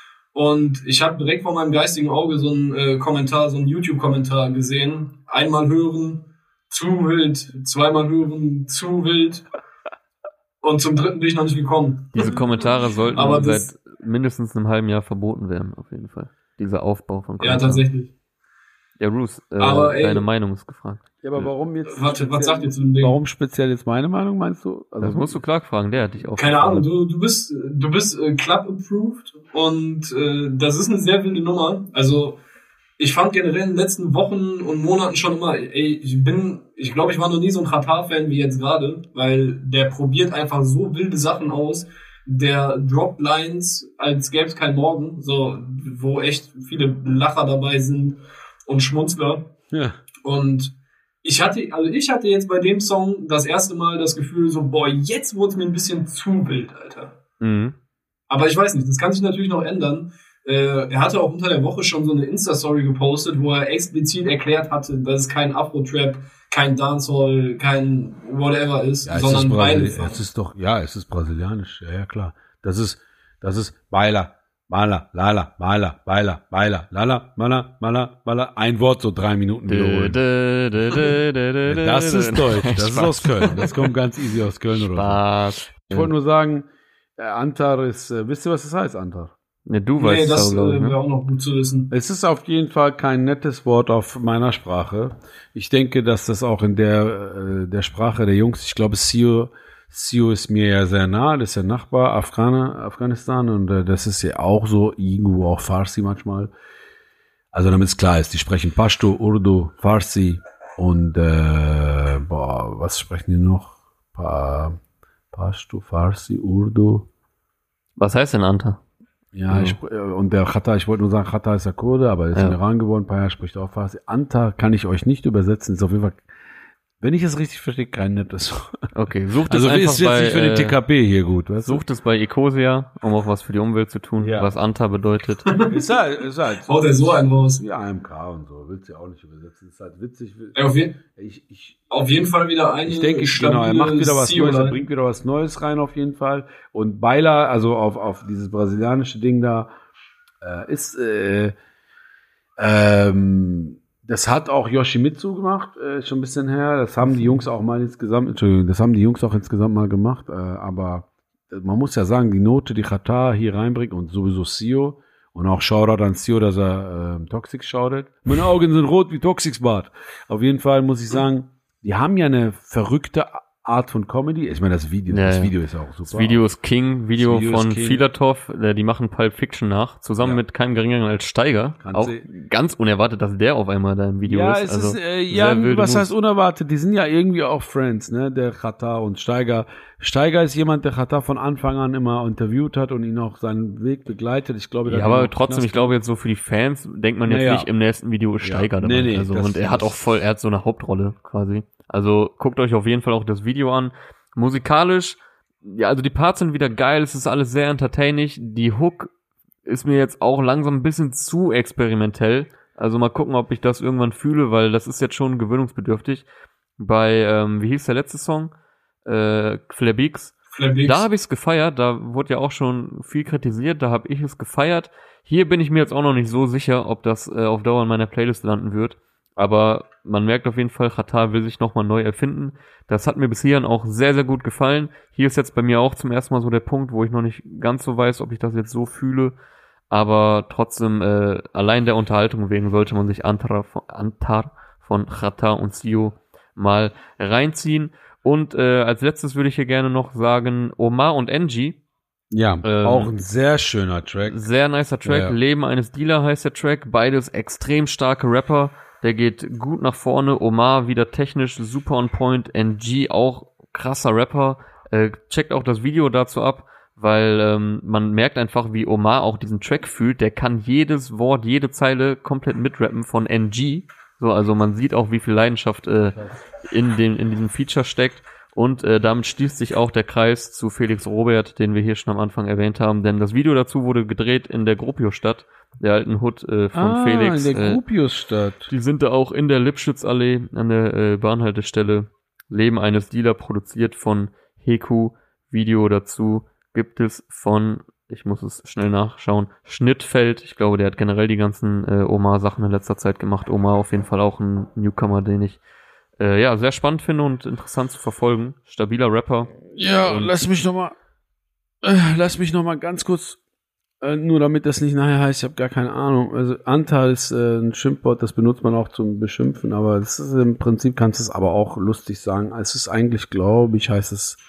Und ich habe direkt vor meinem geistigen Auge so einen äh, Kommentar, so einen YouTube-Kommentar gesehen. Einmal hören, zu wild. Zweimal hören, zu wild. Und zum dritten bin ich noch nicht gekommen. Diese Kommentare sollten Aber seit das- mindestens einem halben Jahr verboten werden, auf jeden Fall. Dieser Aufbau von Ja, Kommentaren. tatsächlich. Ja, Bruce, äh, Aber, ey- deine Meinung ist gefragt. Ja, aber warum jetzt? Warte, was sagt ihr zu dem Ding? Warum speziell jetzt meine Meinung, meinst du? Also, Das musst du Clark fragen, der hat dich auch Keine Ahnung, du, du bist, du bist äh, Club-approved und äh, das ist eine sehr wilde Nummer. Also ich fand generell in den letzten Wochen und Monaten schon immer, ey, ich bin, ich glaube, ich war noch nie so ein Chata-Fan wie jetzt gerade, weil der probiert einfach so wilde Sachen aus. Der droppt Lines, als gäbe es kein Morgen, so, wo echt viele Lacher dabei sind und Schmunzler. Ja. Und ich hatte, also ich hatte jetzt bei dem Song das erste Mal das Gefühl so, boah, jetzt wurde es mir ein bisschen zu wild, Alter. Mhm. Aber ich weiß nicht, das kann sich natürlich noch ändern. Äh, er hatte auch unter der Woche schon so eine Insta-Story gepostet, wo er explizit erklärt hatte, dass es kein Afro-Trap, kein Dancehall, kein whatever ist, Ja, es sondern ist, beide. Brasili- es ist doch, ja, es ist brasilianisch, ja, ja, klar. Das ist, das ist Baila, Mala, Lala, Mala, Baila, Baila, Lala, Mala, Mala, Mala. Ein Wort so drei Minuten wiederholen. Dö, dö, dö, dö, dö, dö, Das dö. ist Deutsch, das ist Spaß. aus Köln. Das kommt ganz easy aus Köln oder so. Spaß. Ich wollte nur sagen, äh, Antar ist, äh, wisst ihr, was das heißt, Antar? Ne, du Nee, weißt das es, äh, glaube ich, wäre ne? auch noch gut zu wissen. Es ist auf jeden Fall kein nettes Wort auf meiner Sprache. Ich denke, dass das auch in der, äh, der Sprache der Jungs, ich glaube, Sio, Sio ist mir ja sehr nah, das ist ja Nachbar Afghaner, Afghanistan und äh, das ist ja auch so irgendwo auch Farsi manchmal. Also damit es klar ist, die sprechen Pashto, Urdu, Farsi und äh, boah, was sprechen die noch? Pa, Pashto, Farsi, Urdu. Was heißt denn Anta? Ja, Ja. ich, spr- äh, und der Chata, ich wollte nur sagen, Chata ist der Kurde, aber er ist Ja. im Iran geworden, ein paar Jahre spricht auch Farsi. Anta kann ich euch nicht übersetzen, ist auf jeden Fall, wenn ich es richtig verstehe, kein nettes. Okay, sucht Also es einfach ist jetzt bei, nicht für den äh, T K P hier gut, weißt sucht es bei Ecosia, um auch was für die Umwelt zu tun, Ja. was Anta bedeutet. du? Ist halt, ist halt Haut er so einen raus. wie A M K und so, willst du ja auch nicht übersetzen, ist halt witzig. Ey, auf, je Ich, ich, auf jeden Fall wieder eine ich denke, genau, er macht wieder was stabile Neues, er Sio-Line. bringt wieder was Neues rein auf jeden Fall. Und Baila, also auf, auf dieses brasilianische Ding da, äh, ist, äh, ähm, das hat auch Yoshimitsu gemacht, äh, schon ein bisschen her. Das haben die Jungs auch mal insgesamt, Entschuldigung, das haben die Jungs auch insgesamt mal gemacht. Äh, aber man muss ja sagen, die Note, die Chata hier reinbringt und sowieso Sio und auch Shoutout an Sio, dass er äh, Toxic shoutet. Meine Augen sind rot wie Toxics Bart. Auf jeden Fall muss ich sagen, die haben ja eine verrückte Art von Comedy. Ich meine, das Video, Ja, das ja. Video ist auch super. Das Video ist King, Video, Das Video ist von King. Filatov, äh, die machen Pulp Fiction nach, zusammen Ja. mit keinem geringeren als Steiger. Kannst Auch du- ganz unerwartet, dass der auf einmal da im Video Ja, ist. es Also, ist, äh, sehr ja, wilde was Moves. heißt unerwartet? Die sind ja irgendwie auch Friends, ne? Der Chata und Steiger Steiger ist jemand, der Xatar von Anfang an immer interviewt hat und ihn auch seinen Weg begleitet. Ich glaube, ja, aber trotzdem, ich glaube jetzt so für die Fans denkt man jetzt naja. nicht im nächsten Video ist Steiger ja. dabei. Nee, nee, also, das, und er hat auch voll, er hat so eine Hauptrolle quasi. Also guckt euch auf jeden Fall auch das Video an. Musikalisch, ja, also die Parts sind wieder geil, es ist alles sehr entertaining. Die Hook ist mir jetzt auch langsam ein bisschen zu experimentell. Also mal gucken, ob ich das irgendwann fühle, weil das ist jetzt schon gewöhnungsbedürftig. Bei, ähm, wie hieß der letzte Song? Äh, Flair-Beaks. Da habe ich es gefeiert, da wurde ja auch schon viel kritisiert, da habe ich es gefeiert. Hier bin ich mir jetzt auch noch nicht so sicher, ob das äh, auf Dauer in meiner Playlist landen wird. Aber man merkt auf jeden Fall, Xatar will sich nochmal neu erfinden. Das hat mir bis hierhin auch sehr, sehr gut gefallen. Hier ist jetzt bei mir auch zum ersten Mal so der Punkt, wo ich noch nicht ganz so weiß, ob ich das jetzt so fühle. Aber trotzdem, äh, allein der Unterhaltung wegen sollte man sich Antar von, Antar von Xatar und Sio mal reinziehen. Und äh, als letztes würde ich hier gerne noch sagen, Omar und Angie. Ja, ähm, auch ein sehr schöner Track. Sehr nicer Track. Ja, ja. Leben eines Dealer heißt der Track. Beides extrem starke Rapper. Der geht gut nach vorne. Omar wieder technisch super on point. N G auch krasser Rapper. Äh, checkt auch das Video dazu ab, weil ähm, man merkt einfach, wie Omar auch diesen Track fühlt. Der kann jedes Wort, jede Zeile komplett mitrappen von N G. So, also man sieht auch, wie viel Leidenschaft äh, in dem in diesem Feature steckt. Und äh, damit schließt sich auch der Kreis zu Felix Robert, den wir hier schon am Anfang erwähnt haben. Denn das Video dazu wurde gedreht in der Gropiusstadt, der alten Hood äh, von ah, Felix. in der äh, Gropiusstadt. Die sind da auch in der Lipschützallee an der äh, Bahnhaltestelle. Leben eines Dealer, produziert von Heku. Video dazu gibt es von, ich muss es schnell nachschauen, Schnittfeld. Ich glaube, der hat generell die ganzen äh, Omar-Sachen in letzter Zeit gemacht. Omar auf jeden Fall auch ein Newcomer, den ich äh, ja sehr spannend finde und interessant zu verfolgen. Stabiler Rapper. Ja, und lass mich noch mal, äh, lass mich noch mal ganz kurz, äh, nur damit das nicht nachher heißt, ich habe gar keine Ahnung. Also Antal ist äh, ein Schimpfwort, das benutzt man auch zum Beschimpfen, aber das ist im Prinzip, kannst du es aber auch lustig sagen. Es ist eigentlich, glaube ich, heißt es,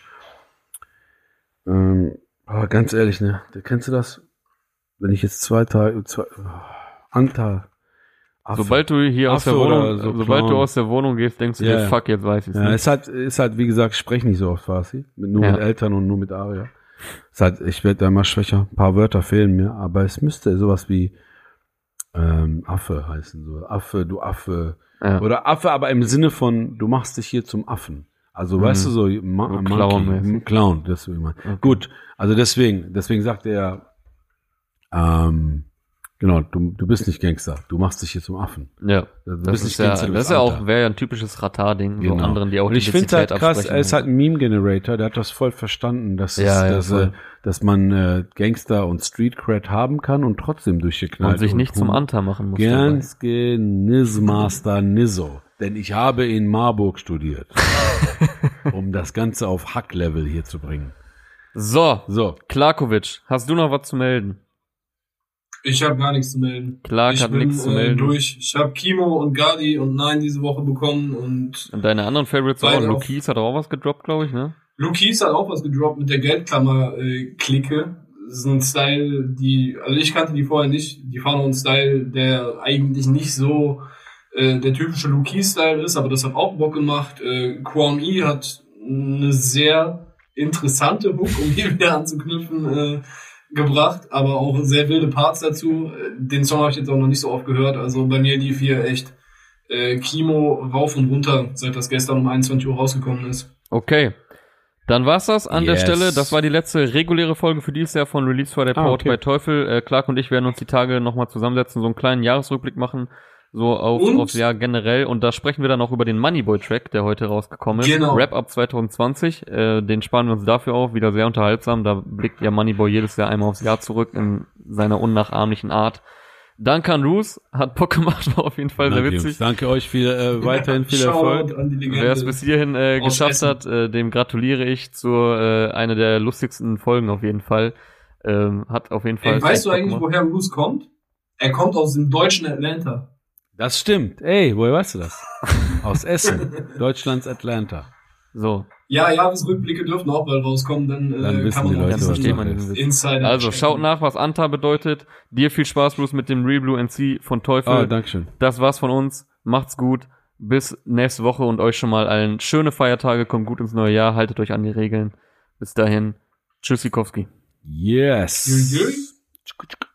ähm, aber ganz ehrlich, ne, kennst du das? Wenn ich jetzt zwei Tage, zwei, oh, Antal. Affe. Sobald du hier aus Affe der Wohnung, oder so sobald Clown. du aus der Wohnung gehst, denkst du Ja, dir, ja. fuck, jetzt weiß ich's Ja, nicht. ist halt, ist halt, wie gesagt, ich spreche nicht so oft Farsi. Mit, nur Ja. mit Eltern und nur mit Aria. Ist halt, ich werde da immer schwächer. Ein paar Wörter fehlen mir, aber es müsste sowas wie ähm, Affe heißen. So. Affe, du Affe. Ja. Oder Affe, aber im Sinne von, du machst dich hier zum Affen. Also, Mhm. weißt du, so, Ma So Monkey, Clown-mäßig. Clown, das will man. Okay. Gut, also deswegen, deswegen sagt er, ähm, genau, du, du bist nicht Gangster, du machst dich hier zum Affen. Ja, Du das bist ist nicht ja, Gangster, du das bist ist ja auch, Alter. wäre ja ein typisches Ratar-Ding, so Genau. anderen, die auch Und ich finde es halt krass, er ist halt ein Meme-Generator, der hat das voll verstanden, dass, es, Ja, ja, dass, voll. äh, dass man äh, Gangster und Street-Cred haben kann und trotzdem durchgeknallt. und sich nicht zum Hum- Anta machen muss. Ganz Nizmaster Nizzo. Denn ich habe in Marburg studiert, um das Ganze auf Hack-Level hier zu bringen. So, So, Klarkovic, hast du noch was zu melden? Ich habe gar nichts zu melden. Clark ich hat bin nichts zu äh, melden. durch. Ich habe Kimo und Gardi und Nein diese Woche bekommen und Und deine anderen Favorites auch? Beide auch. Lukis hat auch was gedroppt, glaube ich, ne? Lukis hat auch was gedroppt mit der Geldklammer-Clique. Das ist ein Style, die, also ich kannte die vorher nicht. Die fahren auch einen Style, der eigentlich nicht so äh, der typische Lukis-Style ist, aber das hat auch Bock gemacht. Äh, Kwame E hat eine sehr interessante Hook, um hier wieder anzuknüpfen, äh, gebracht, aber auch sehr wilde Parts dazu. Den Song habe ich jetzt auch noch nicht so oft gehört. Also bei mir lief hier echt äh, Kimo rauf und runter, seit das gestern um einundzwanzig Uhr rausgekommen ist. Okay. Dann war's das an der Yes. Stelle. Das war die letzte reguläre Folge für dieses Jahr von Release Friday Ah, Powered okay. bei Teufel. Äh, Clark und ich werden uns die Tage nochmal zusammensetzen, so einen kleinen Jahresrückblick machen, so auf, Und? aufs Jahr generell. Und da sprechen wir dann auch über den Moneyboy-Track, der heute rausgekommen ist. Genau. Rap Up zwanzig zwanzig. Äh, den sparen wir uns dafür auf. Wieder sehr unterhaltsam. Da blickt ja Moneyboy jedes Jahr einmal aufs Jahr zurück in seiner unnachahmlichen Art. Duncan Roos hat Bock gemacht, war auf jeden Fall sehr danke, witzig. Jungs. Danke euch, viel, äh, weiterhin viel Shoutout Erfolg. an die Legende. Wer es bis hierhin äh, Aus geschafft Essen. hat, äh, dem gratuliere ich zu äh, einer der lustigsten Folgen auf jeden Fall. Ähm, hat auf jeden Fall. Ey, weißt du Bock eigentlich, gemacht. woher Bruce kommt? Er kommt aus dem deutschen Atlanta. Das stimmt. Ey, woher weißt du das? Aus Essen, Deutschlands Atlanta. So, Ja, Jahresrückblicke dürfen auch bald rauskommen, dann, äh, Dann wissen kann man die auch Leute, dann das was versteht Sache man ist. diesen Witz. Insider Also checken. schaut nach, was Anta bedeutet. Dir viel Spaß bloß mit dem Real Blue N C von Teufel. Ah, Dankeschön. Das war's von uns. Macht's gut. Bis nächste Woche und euch schon mal allen schöne Feiertage. Kommt gut ins neue Jahr. Haltet euch an die Regeln. Bis dahin, Tschüssikowski. Yes. Jö, jö.